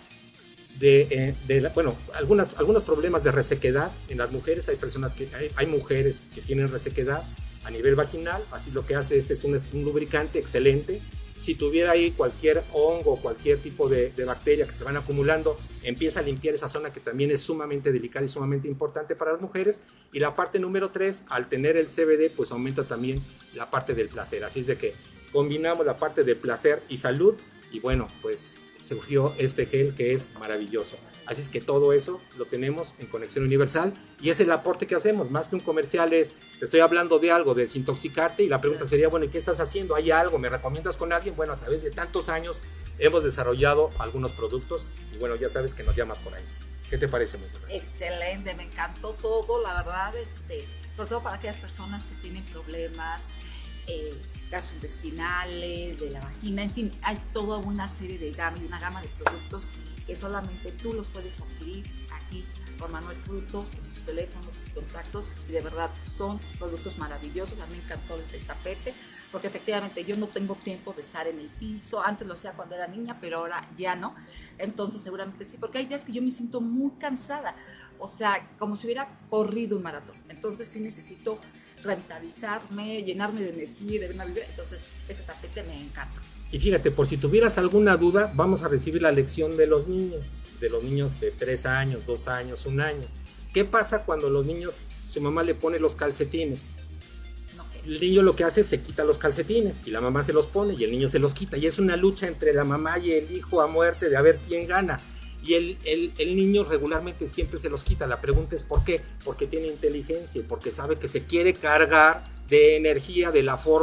[SPEAKER 2] algunos problemas de resequedad en las mujeres. Hay mujeres que tienen resequedad a nivel vaginal, así lo que hace es un lubricante excelente. Si tuviera ahí cualquier hongo, cualquier tipo de bacteria que se van acumulando, empieza a limpiar esa zona, que también es sumamente delicada y sumamente importante para las mujeres. Y la parte número 3, al tener el CBD, pues aumenta también la parte del placer. Así es de que combinamos la parte de placer y salud, y bueno, pues surgió este gel que es maravilloso. Así es que todo eso lo tenemos en Conexión Universal, y es el aporte que hacemos. Más que un comercial, te estoy hablando de algo, de desintoxicarte, y la pregunta sería, bueno, ¿y qué estás haciendo? ¿Hay algo? ¿Me recomiendas con alguien? Bueno, a través de tantos años hemos desarrollado algunos productos, y bueno, ya sabes que nos llamas por ahí. ¿Qué te parece, Monserrat?
[SPEAKER 3] Excelente, me encantó todo, la verdad, sobre todo para aquellas personas que tienen problemas gastrointestinales, de la vagina, en fin, hay toda una serie de una gama de productos que solamente tú los puedes adquirir aquí por Manuel Fruto, en sus teléfonos y contactos, y de verdad son productos maravillosos. A mí me encantó el tapete, porque efectivamente yo no tengo tiempo de estar en el piso. Antes lo hacía cuando era niña, pero ahora ya no. Entonces seguramente sí, porque hay días que yo me siento muy cansada, o sea, como si hubiera corrido un maratón. Entonces sí necesito revitalizarme, llenarme de energía, de una vibra. Entonces ese tapete me encanta.
[SPEAKER 2] Y fíjate, por si tuvieras alguna duda, vamos a recibir la lección de los niños de 3 años, 2 años, 1 año. ¿Qué pasa cuando los niños, su mamá le pone los calcetines? El niño lo que hace es se quita los calcetines, y la mamá se los pone y el niño se los quita, y es una lucha entre la mamá y el hijo a muerte de a ver quién gana. Y el niño regularmente siempre se los quita. La pregunta es ¿por qué? Porque tiene inteligencia y porque sabe que se quiere cargar de energía de la forma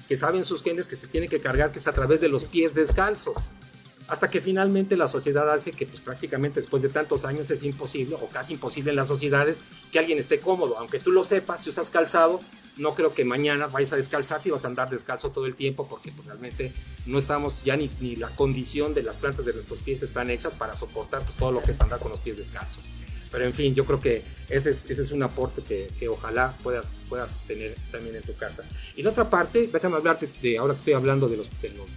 [SPEAKER 2] que saben sus genes que se tienen que cargar, que es a través de los pies descalzos. Hasta que finalmente la sociedad hace que pues, prácticamente después de tantos años es imposible, o casi imposible en las sociedades, que alguien esté cómodo. Aunque tú lo sepas, si usas calzado, no creo que mañana vayas a descalzarte y vas a andar descalzo todo el tiempo, porque pues, realmente no estamos ya ni la condición de las plantas de nuestros pies están hechas para soportar pues, todo lo que es andar con los pies descalzos. Pero en fin, yo creo que ese es un aporte que ojalá puedas tener también en tu casa. Y la otra parte, déjame hablarte de ahora que estoy hablando de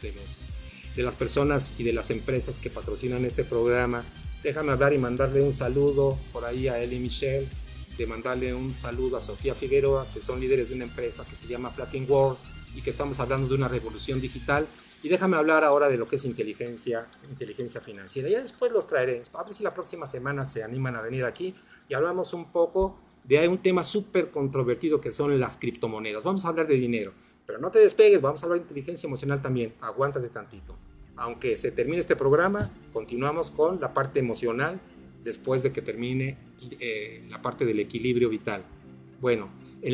[SPEAKER 2] las personas y de las empresas que patrocinan este programa. Déjame hablar y mandarle un saludo por ahí a Eli Michelle, de mandarle un saludo a Sofía Figueroa, que son líderes de una empresa que se llama Platin World y que estamos hablando de una revolución digital. Y déjame hablar ahora de lo que es inteligencia financiera. Ya después los traeré. A ver si la próxima semana se animan a venir aquí y hablamos un poco de un tema súper controvertido que son las criptomonedas. Vamos a hablar de dinero, pero no te despegues, vamos a hablar de inteligencia emocional también. Aguántate tantito. Aunque se termine este programa, continuamos con la parte emocional después de que termine la parte del equilibrio vital. Bueno,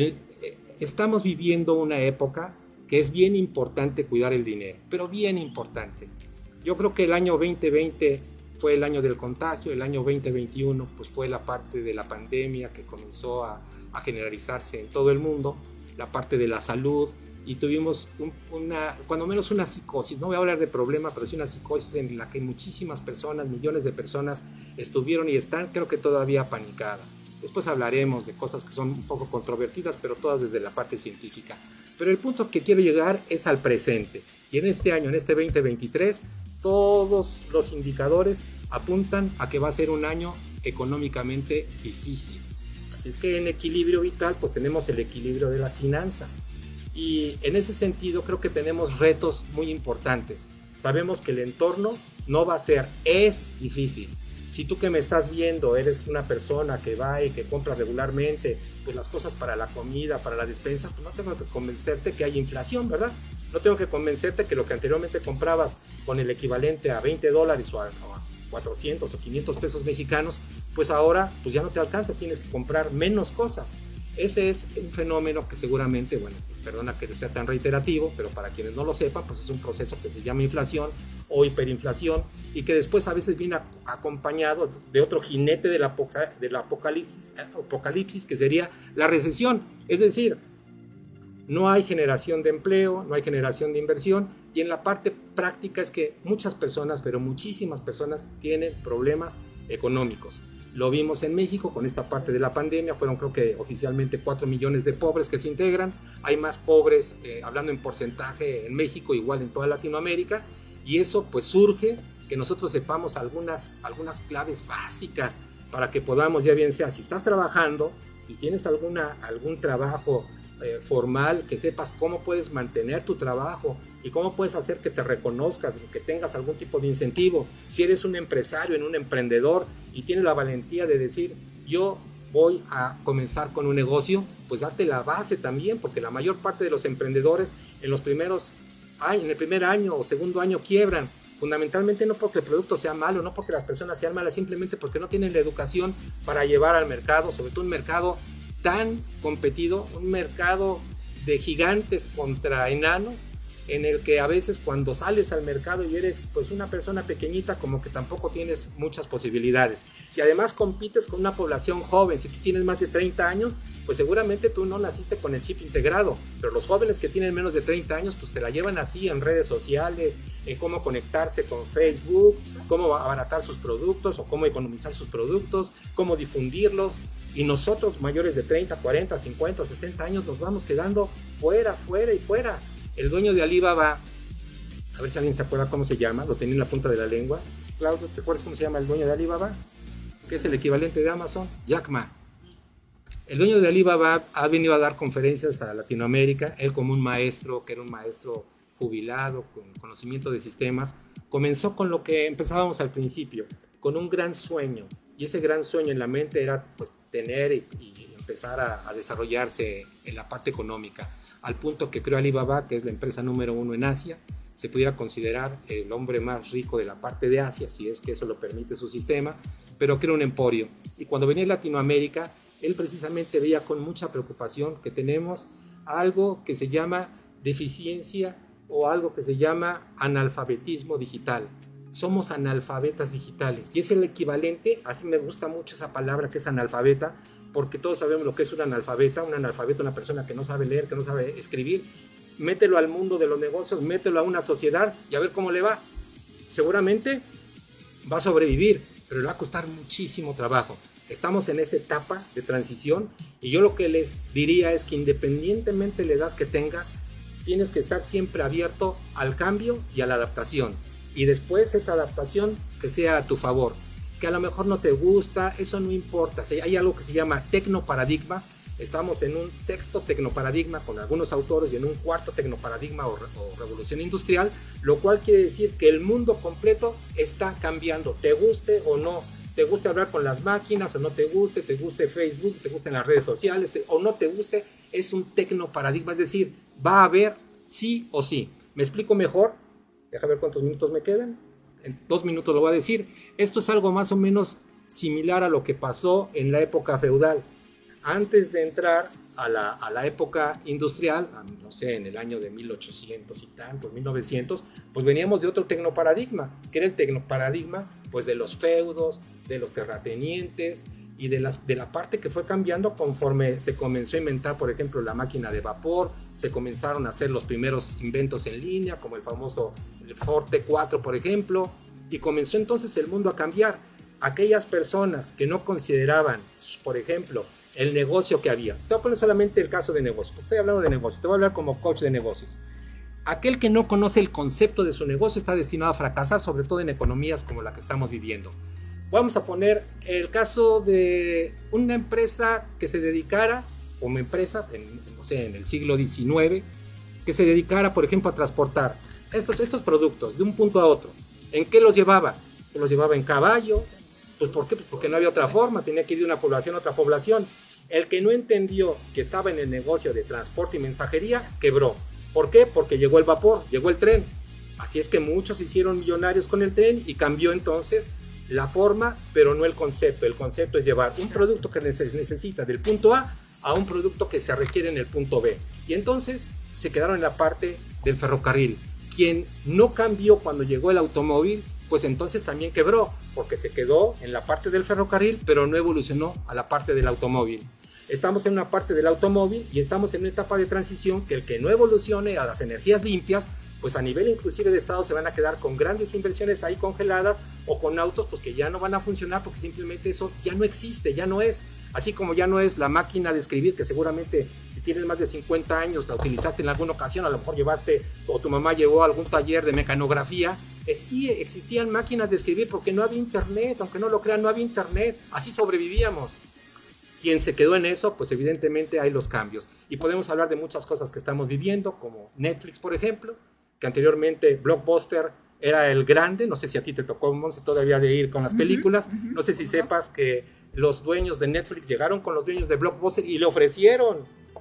[SPEAKER 2] estamos viviendo una época que es bien importante cuidar el dinero, pero bien importante. Yo creo que el año 2020 fue el año del contagio, el año 2021 pues fue la parte de la pandemia que comenzó a generalizarse en todo el mundo, la parte de la salud, y tuvimos cuando menos una psicosis, no voy a hablar de problema, pero sí una psicosis en la que muchísimas personas, millones de personas estuvieron y están, creo que todavía apanicadas. Después hablaremos de cosas que son un poco controvertidas, pero todas desde la parte científica. Pero el punto que quiero llegar es al presente. Y en este año, en este 2023, todos los indicadores apuntan a que va a ser un año económicamente difícil. Así es que en equilibrio vital, pues tenemos el equilibrio de las finanzas. Y en ese sentido creo que tenemos retos muy importantes. Sabemos que el entorno no va a ser, es difícil. Si tú que me estás viendo eres una persona que va y que compra regularmente pues las cosas para la comida, para la despensa, pues no tengo que convencerte que hay inflación, ¿verdad? No tengo que convencerte que lo que anteriormente comprabas con el equivalente a $20 o a 400 o 500 pesos mexicanos, pues ahora pues ya no te alcanza, tienes que comprar menos cosas. Ese es un fenómeno que seguramente, bueno, perdona que sea tan reiterativo, pero para quienes no lo sepan, pues es un proceso que se llama inflación o hiperinflación y que después a veces viene acompañado de otro jinete del apocalipsis, que sería la recesión. Es decir, no hay generación de empleo, no hay generación de inversión, y en la parte práctica es que muchas personas, pero muchísimas personas tienen problemas económicos. Lo vimos en México con esta parte de la pandemia, fueron creo que oficialmente 4 millones de pobres que se integran, hay más pobres, hablando en porcentaje en México, igual en toda Latinoamérica, y eso pues surge que nosotros sepamos algunas claves básicas para que podamos, ya bien sea si estás trabajando, si tienes algún trabajo formal, que sepas cómo puedes mantener tu trabajo y cómo puedes hacer que te reconozcas, que tengas algún tipo de incentivo. Si eres un empresario, un emprendedor y tienes la valentía de decir yo voy a comenzar con un negocio, pues date la base también, porque la mayor parte de los emprendedores en el primer año o segundo año quiebran, fundamentalmente no porque el producto sea malo, no porque las personas sean malas, simplemente porque no tienen la educación para llevar al mercado, sobre todo un mercado tan competido, un mercado de gigantes contra enanos, en el que a veces cuando sales al mercado y eres pues una persona pequeñita, como que tampoco tienes muchas posibilidades, y además compites con una población joven. Si tú tienes más de 30 años, pues seguramente tú no naciste con el chip integrado, pero los jóvenes que tienen menos de 30 años pues te la llevan así en redes sociales, en cómo conectarse con Facebook, cómo abaratar sus productos o cómo economizar sus productos, cómo difundirlos. Y nosotros mayores de 30, 40, 50, 60 años nos vamos quedando fuera. El dueño de Alibaba, a ver si alguien se acuerda cómo se llama, lo tenía en la punta de la lengua. Claudio, ¿te acuerdas cómo se llama el dueño de Alibaba? ¿Qué es el equivalente de Amazon? Jack Ma. El dueño de Alibaba ha venido a dar conferencias a Latinoamérica. Él, como un maestro, que era un maestro jubilado, con conocimiento de sistemas, comenzó con lo que empezábamos al principio, con un gran sueño. Y ese gran sueño en la mente era pues tener y empezar a desarrollarse en la parte económica, al punto que creó Alibaba, que es la empresa número 1 en Asia. Se pudiera considerar el hombre más rico de la parte de Asia, si es que eso lo permite su sistema, pero creó un emporio. Y cuando venía a Latinoamérica, él precisamente veía con mucha preocupación que tenemos algo que se llama deficiencia o algo que se llama analfabetismo digital. Somos analfabetas digitales y es el equivalente, así me gusta mucho esa palabra que es analfabeta, porque todos sabemos lo que es un analfabeta, una persona que no sabe leer, que no sabe escribir. Mételo al mundo de los negocios, mételo a una sociedad y a ver cómo le va. Seguramente va a sobrevivir, pero le va a costar muchísimo trabajo. Estamos en esa etapa de transición y yo lo que les diría es que independientemente de la edad que tengas, tienes que estar siempre abierto al cambio y a la adaptación. Y después esa adaptación que sea a tu favor. Que a lo mejor no te gusta, eso no importa. Hay algo que se llama tecnoparadigmas. Estamos en un sexto tecnoparadigma con algunos autores y en un cuarto tecnoparadigma o revolución industrial, lo cual quiere decir que el mundo completo está cambiando, te guste o no. Te guste hablar con las máquinas o no te guste Facebook, te gusten las redes sociales o no te guste, es un tecnoparadigma, es decir, va a haber sí o sí. ¿Me explico mejor? Deja ver cuántos minutos me quedan. En 2 minutos lo voy a decir. Esto es algo más o menos similar a lo que pasó en la época feudal. Antes de entrar a la época industrial, no sé, en el año de 1800 y tantos, 1900, pues veníamos de otro tecnoparadigma, que era el tecnoparadigma pues de los feudos, de los terratenientes y de la parte que fue cambiando conforme se comenzó a inventar, por ejemplo, la máquina de vapor, se comenzaron a hacer los primeros inventos en línea, como el famoso Forte 4, por ejemplo, y comenzó entonces el mundo a cambiar. Aquellas personas que no consideraban, por ejemplo, el negocio que había. Te voy a poner solamente el caso de negocio. Estoy hablando de negocio. Te voy a hablar como coach de negocios. Aquel que no conoce el concepto de su negocio está destinado a fracasar, sobre todo en economías como la que estamos viviendo. Vamos a poner el caso de una empresa que se dedicara, como empresa, no sé, en el siglo XIX, que se dedicara, por ejemplo, a transportar estos productos de un punto a otro. ¿En qué los llevaba? Los llevaba en caballo. Pues ¿por qué? Pues porque no había otra forma, tenía que ir de una población a otra población. El que no entendió que estaba en el negocio de transporte y mensajería, quebró. ¿Por qué? Porque llegó el vapor, llegó el tren. Así es que muchos se hicieron millonarios con el tren y cambió entonces la forma, pero no el concepto. El concepto es llevar un producto que necesita del punto A un producto que se requiere en el punto B. Y entonces se quedaron en la parte del ferrocarril. Quien no cambió cuando llegó el automóvil, pues entonces también quebró, porque se quedó en la parte del ferrocarril, pero no evolucionó a la parte del automóvil. Estamos en una parte del automóvil y estamos en una etapa de transición que el que no evolucione a las energías limpias, pues a nivel inclusive de Estado se van a quedar con grandes inversiones ahí congeladas o con autos pues que ya no van a funcionar porque simplemente eso ya no existe, ya no es. Así como ya no es la máquina de escribir, que seguramente si tienes más de 50 años la utilizaste en alguna ocasión, a lo mejor llevaste o tu mamá llevó a algún taller de mecanografía. Sí existían máquinas de escribir porque no había internet, aunque no lo crean, no había internet, así sobrevivíamos. Quien se quedó en eso, pues evidentemente hay los cambios. Y podemos hablar de muchas cosas que estamos viviendo, como Netflix, por ejemplo, que anteriormente Blockbuster era el grande. No sé si a ti te tocó, Monse, todavía de ir con las películas. No sé si sepas que los dueños de Netflix llegaron con los dueños de Blockbuster y le ofrecieron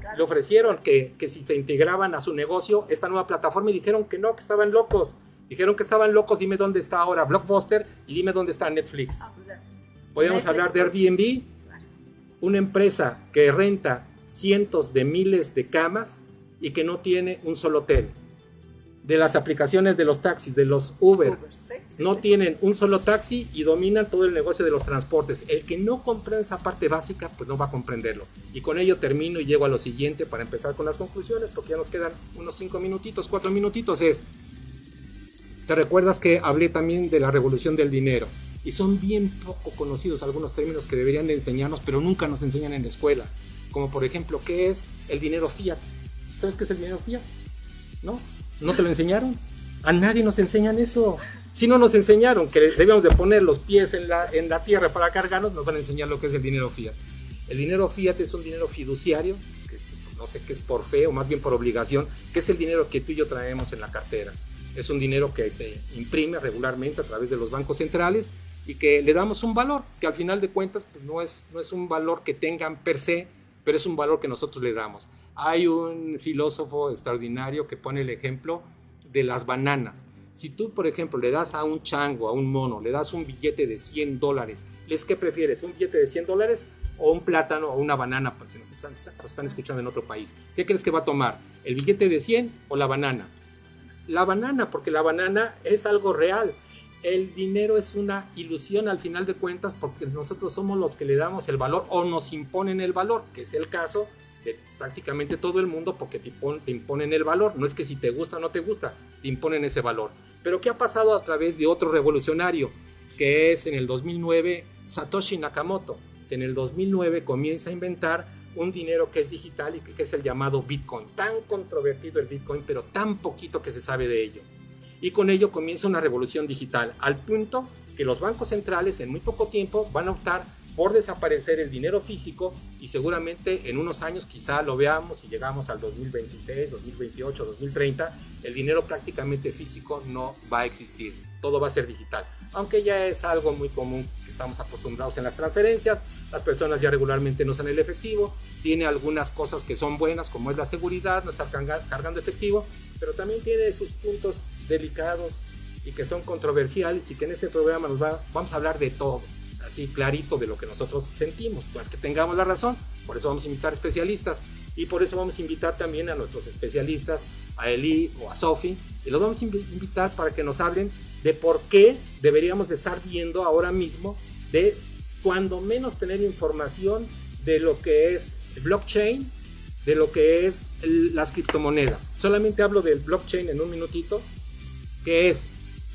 [SPEAKER 2] que si se integraban a su negocio esta nueva plataforma, y dijeron que no, que estaban locos. Dijeron que estaban locos. Dime dónde está ahora Blockbuster y dime dónde está Netflix. Podríamos hablar de Airbnb, una empresa que renta cientos de miles de camas y que no tiene un solo hotel. De las aplicaciones de los taxis, de los Uber, no tienen un solo taxi y dominan todo el negocio de los transportes. El que no comprende esa parte básica, pues no va a comprenderlo. Y con ello termino y llego a lo siguiente para empezar con las conclusiones, porque ya nos quedan unos 5 minutitos, 4 minutitos. ¿Te recuerdas que hablé también de la revolución del dinero? Y son bien poco conocidos algunos términos que deberían de enseñarnos, pero nunca nos enseñan en la escuela. Como por ejemplo, ¿qué es el dinero fiat? ¿Sabes qué es el dinero fiat? ¿No? ¿No te lo enseñaron? A nadie nos enseñan eso. Si no nos enseñaron que debíamos de poner los pies en la tierra para cargarnos, nos van a enseñar lo que es el dinero fiat. El dinero fiat es un dinero fiduciario, que no sé qué es por fe o más bien por obligación, que es el dinero que tú y yo traemos en la cartera. Es un dinero que se imprime regularmente a través de los bancos centrales y que le damos un valor, que al final de cuentas pues no es un valor que tengan per se, pero es un valor que nosotros le damos. Hay un filósofo extraordinario que pone el ejemplo de las bananas. Si tú, por ejemplo, le das a un chango, a un mono, le das un billete de $100, ¿qué prefieres? ¿Un billete de $100 o un plátano o una banana, pues, si nos están escuchando en otro país. ¿Qué crees que va a tomar? ¿El billete de 100 o la banana? La banana, porque la banana es algo real. El dinero es una ilusión al final de cuentas, porque nosotros somos los que le damos el valor o nos imponen el valor, que es el caso de prácticamente todo el mundo, porque te imponen el valor. No es que si te gusta o no te gusta, te imponen ese valor. Pero ¿qué ha pasado a través de otro revolucionario? Que es en el 2009 Satoshi Nakamoto, que en el 2009 comienza a inventar un dinero que es digital y que es el llamado Bitcoin. Tan controvertido el Bitcoin, pero tan poquito que se sabe de ello. Y con ello comienza una revolución digital, al punto que los bancos centrales en muy poco tiempo van a optar por desaparecer el dinero físico, y seguramente en unos años quizá lo veamos y llegamos al 2026, 2028, 2030, el dinero prácticamente físico no va a existir, todo va a ser digital, aunque ya es algo muy común que estamos acostumbrados en las transferencias. Las personas ya regularmente no usan el efectivo, tiene algunas cosas que son buenas como es la seguridad, no estar cargando efectivo, pero también tiene sus puntos delicados y que son controversiales, y que en este programa vamos a hablar de todo, así clarito, de lo que nosotros sentimos, pues que tengamos la razón. Por eso vamos a invitar especialistas, y por eso vamos a invitar también a nuestros especialistas, a Eli o a Sofi, y los vamos a invitar para que nos hablen de por qué deberíamos de estar viendo ahora mismo, de cuando menos tener información de lo que es el blockchain, de lo que es las criptomonedas. Solamente hablo del blockchain en un minutito, que es,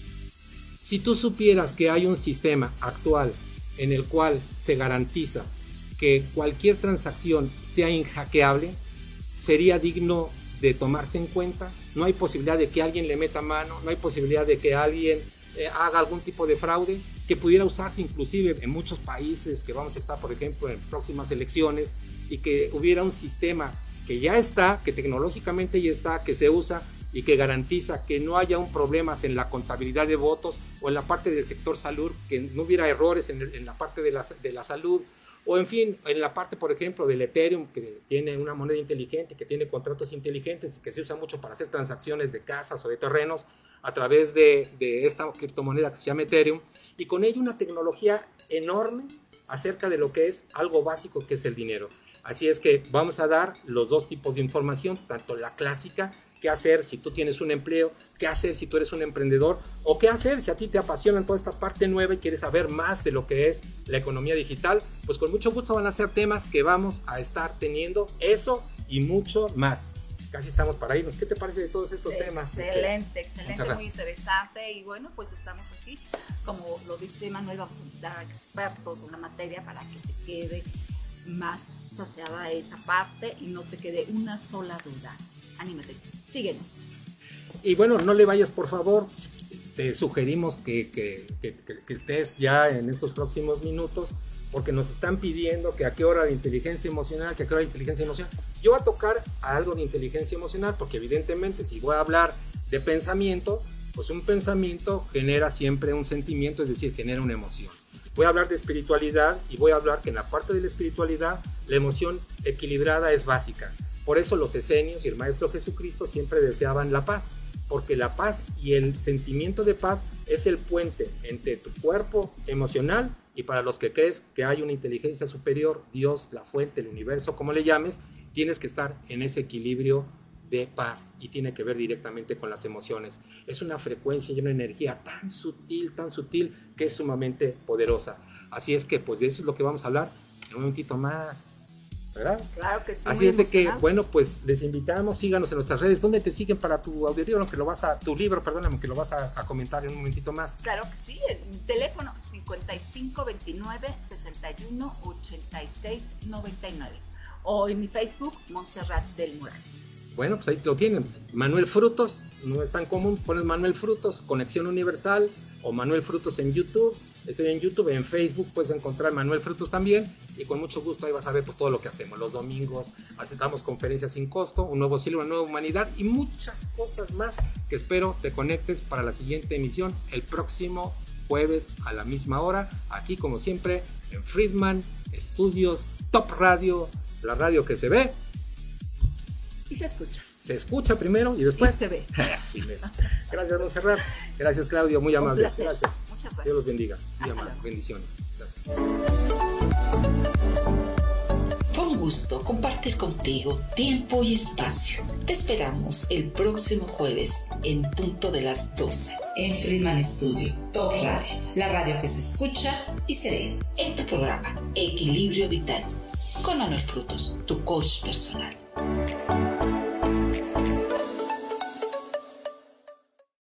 [SPEAKER 2] si tú supieras que hay un sistema actual en el cual se garantiza que cualquier transacción sea inhackeable, sería digno de tomarse en cuenta. No hay posibilidad de que alguien le meta mano, no hay posibilidad de que alguien haga algún tipo de fraude, que pudiera usarse inclusive en muchos países que vamos a estar, por ejemplo, en próximas elecciones, y que hubiera un sistema que ya está, que tecnológicamente ya está, que se usa y que garantiza que no haya un problemas en la contabilidad de votos, o en la parte del sector salud, que no hubiera errores en la parte de la salud, o en fin, en la parte, por ejemplo, del Ethereum, que tiene una moneda inteligente, que tiene contratos inteligentes y que se usa mucho para hacer transacciones de casas o de terrenos a través de esta criptomoneda que se llama Ethereum, y con ello una tecnología enorme acerca de lo que es algo básico, que es el dinero. Así es que vamos a dar los dos tipos de información, tanto la clásica, qué hacer si tú tienes un empleo, qué hacer si tú eres un emprendedor, o qué hacer si a ti te apasiona toda esta parte nueva y quieres saber más de lo que es la economía digital. Pues con mucho gusto van a ser temas que vamos a estar teniendo, eso y mucho más. Casi estamos para irnos. ¿Qué te parece de todos estos temas?
[SPEAKER 3] Excelente, muy interesante. Y bueno, pues estamos aquí, como lo dice Manuel, vamos a invitar a expertos en la materia para que te quede más saciada esa parte y no te quede una sola duda. Anímate, síguenos.
[SPEAKER 2] Y bueno, no le vayas, por favor. Te sugerimos que estés ya en estos próximos minutos, porque nos están pidiendo que a qué hora de inteligencia emocional, que a qué hora de inteligencia emocional. Yo voy a tocar algo de inteligencia emocional, porque evidentemente si voy a hablar de pensamiento, pues un pensamiento genera siempre un sentimiento, es decir, genera una emoción. Voy a hablar de espiritualidad, y voy a hablar que en la parte de la espiritualidad la emoción equilibrada es básica. Por eso los esenios y el Maestro Jesucristo siempre deseaban la paz, porque la paz y el sentimiento de paz es el puente entre tu cuerpo emocional, y para los que crees que hay una inteligencia superior, Dios, la fuente, el universo, como le llames, tienes que estar en ese equilibrio de paz, y tiene que ver directamente con las emociones. Es una frecuencia y una energía tan sutil, que es sumamente poderosa. Así es que pues de eso es lo que vamos a hablar en un momentito más, ¿verdad?
[SPEAKER 3] Claro que sí.
[SPEAKER 2] Así es de que, bueno, pues les invitamos, síganos en nuestras redes. ¿Dónde te siguen para tu audiolibro? Que lo vas a comentar en un momentito más.
[SPEAKER 3] Claro que sí, el teléfono 5529-618699, o en mi Facebook, Montserrat del Moral.
[SPEAKER 2] Bueno, pues ahí lo tienen. Manuel Frutos, no es tan común, pones Manuel Frutos, Conexión Universal, o Manuel Frutos en YouTube. Estoy en YouTube, en Facebook puedes encontrar Manuel Frutos también, y con mucho gusto ahí vas a ver pues todo lo que hacemos. Los domingos damos conferencias sin costo, un nuevo siglo, una nueva humanidad, y muchas cosas más que espero te conectes para la siguiente emisión el próximo jueves a la misma hora, aquí como siempre en Friedman Estudios Top Radio, la radio que se ve
[SPEAKER 3] y se escucha.
[SPEAKER 2] Se escucha primero y después
[SPEAKER 3] se ve.
[SPEAKER 2] Gracias, Montserrat. Gracias, Claudio. Muy amable.
[SPEAKER 3] Gracias.
[SPEAKER 2] Muchas gracias. Dios los bendiga. Muy amable. Bendiciones. Gracias.
[SPEAKER 1] gusto compartir contigo tiempo y espacio. Te esperamos el próximo jueves en punto de las 12 en Friedman Studio, Top Radio, la radio que se escucha y se ve en tu programa Equilibrio Vital con Manuel Frutos, tu coach personal.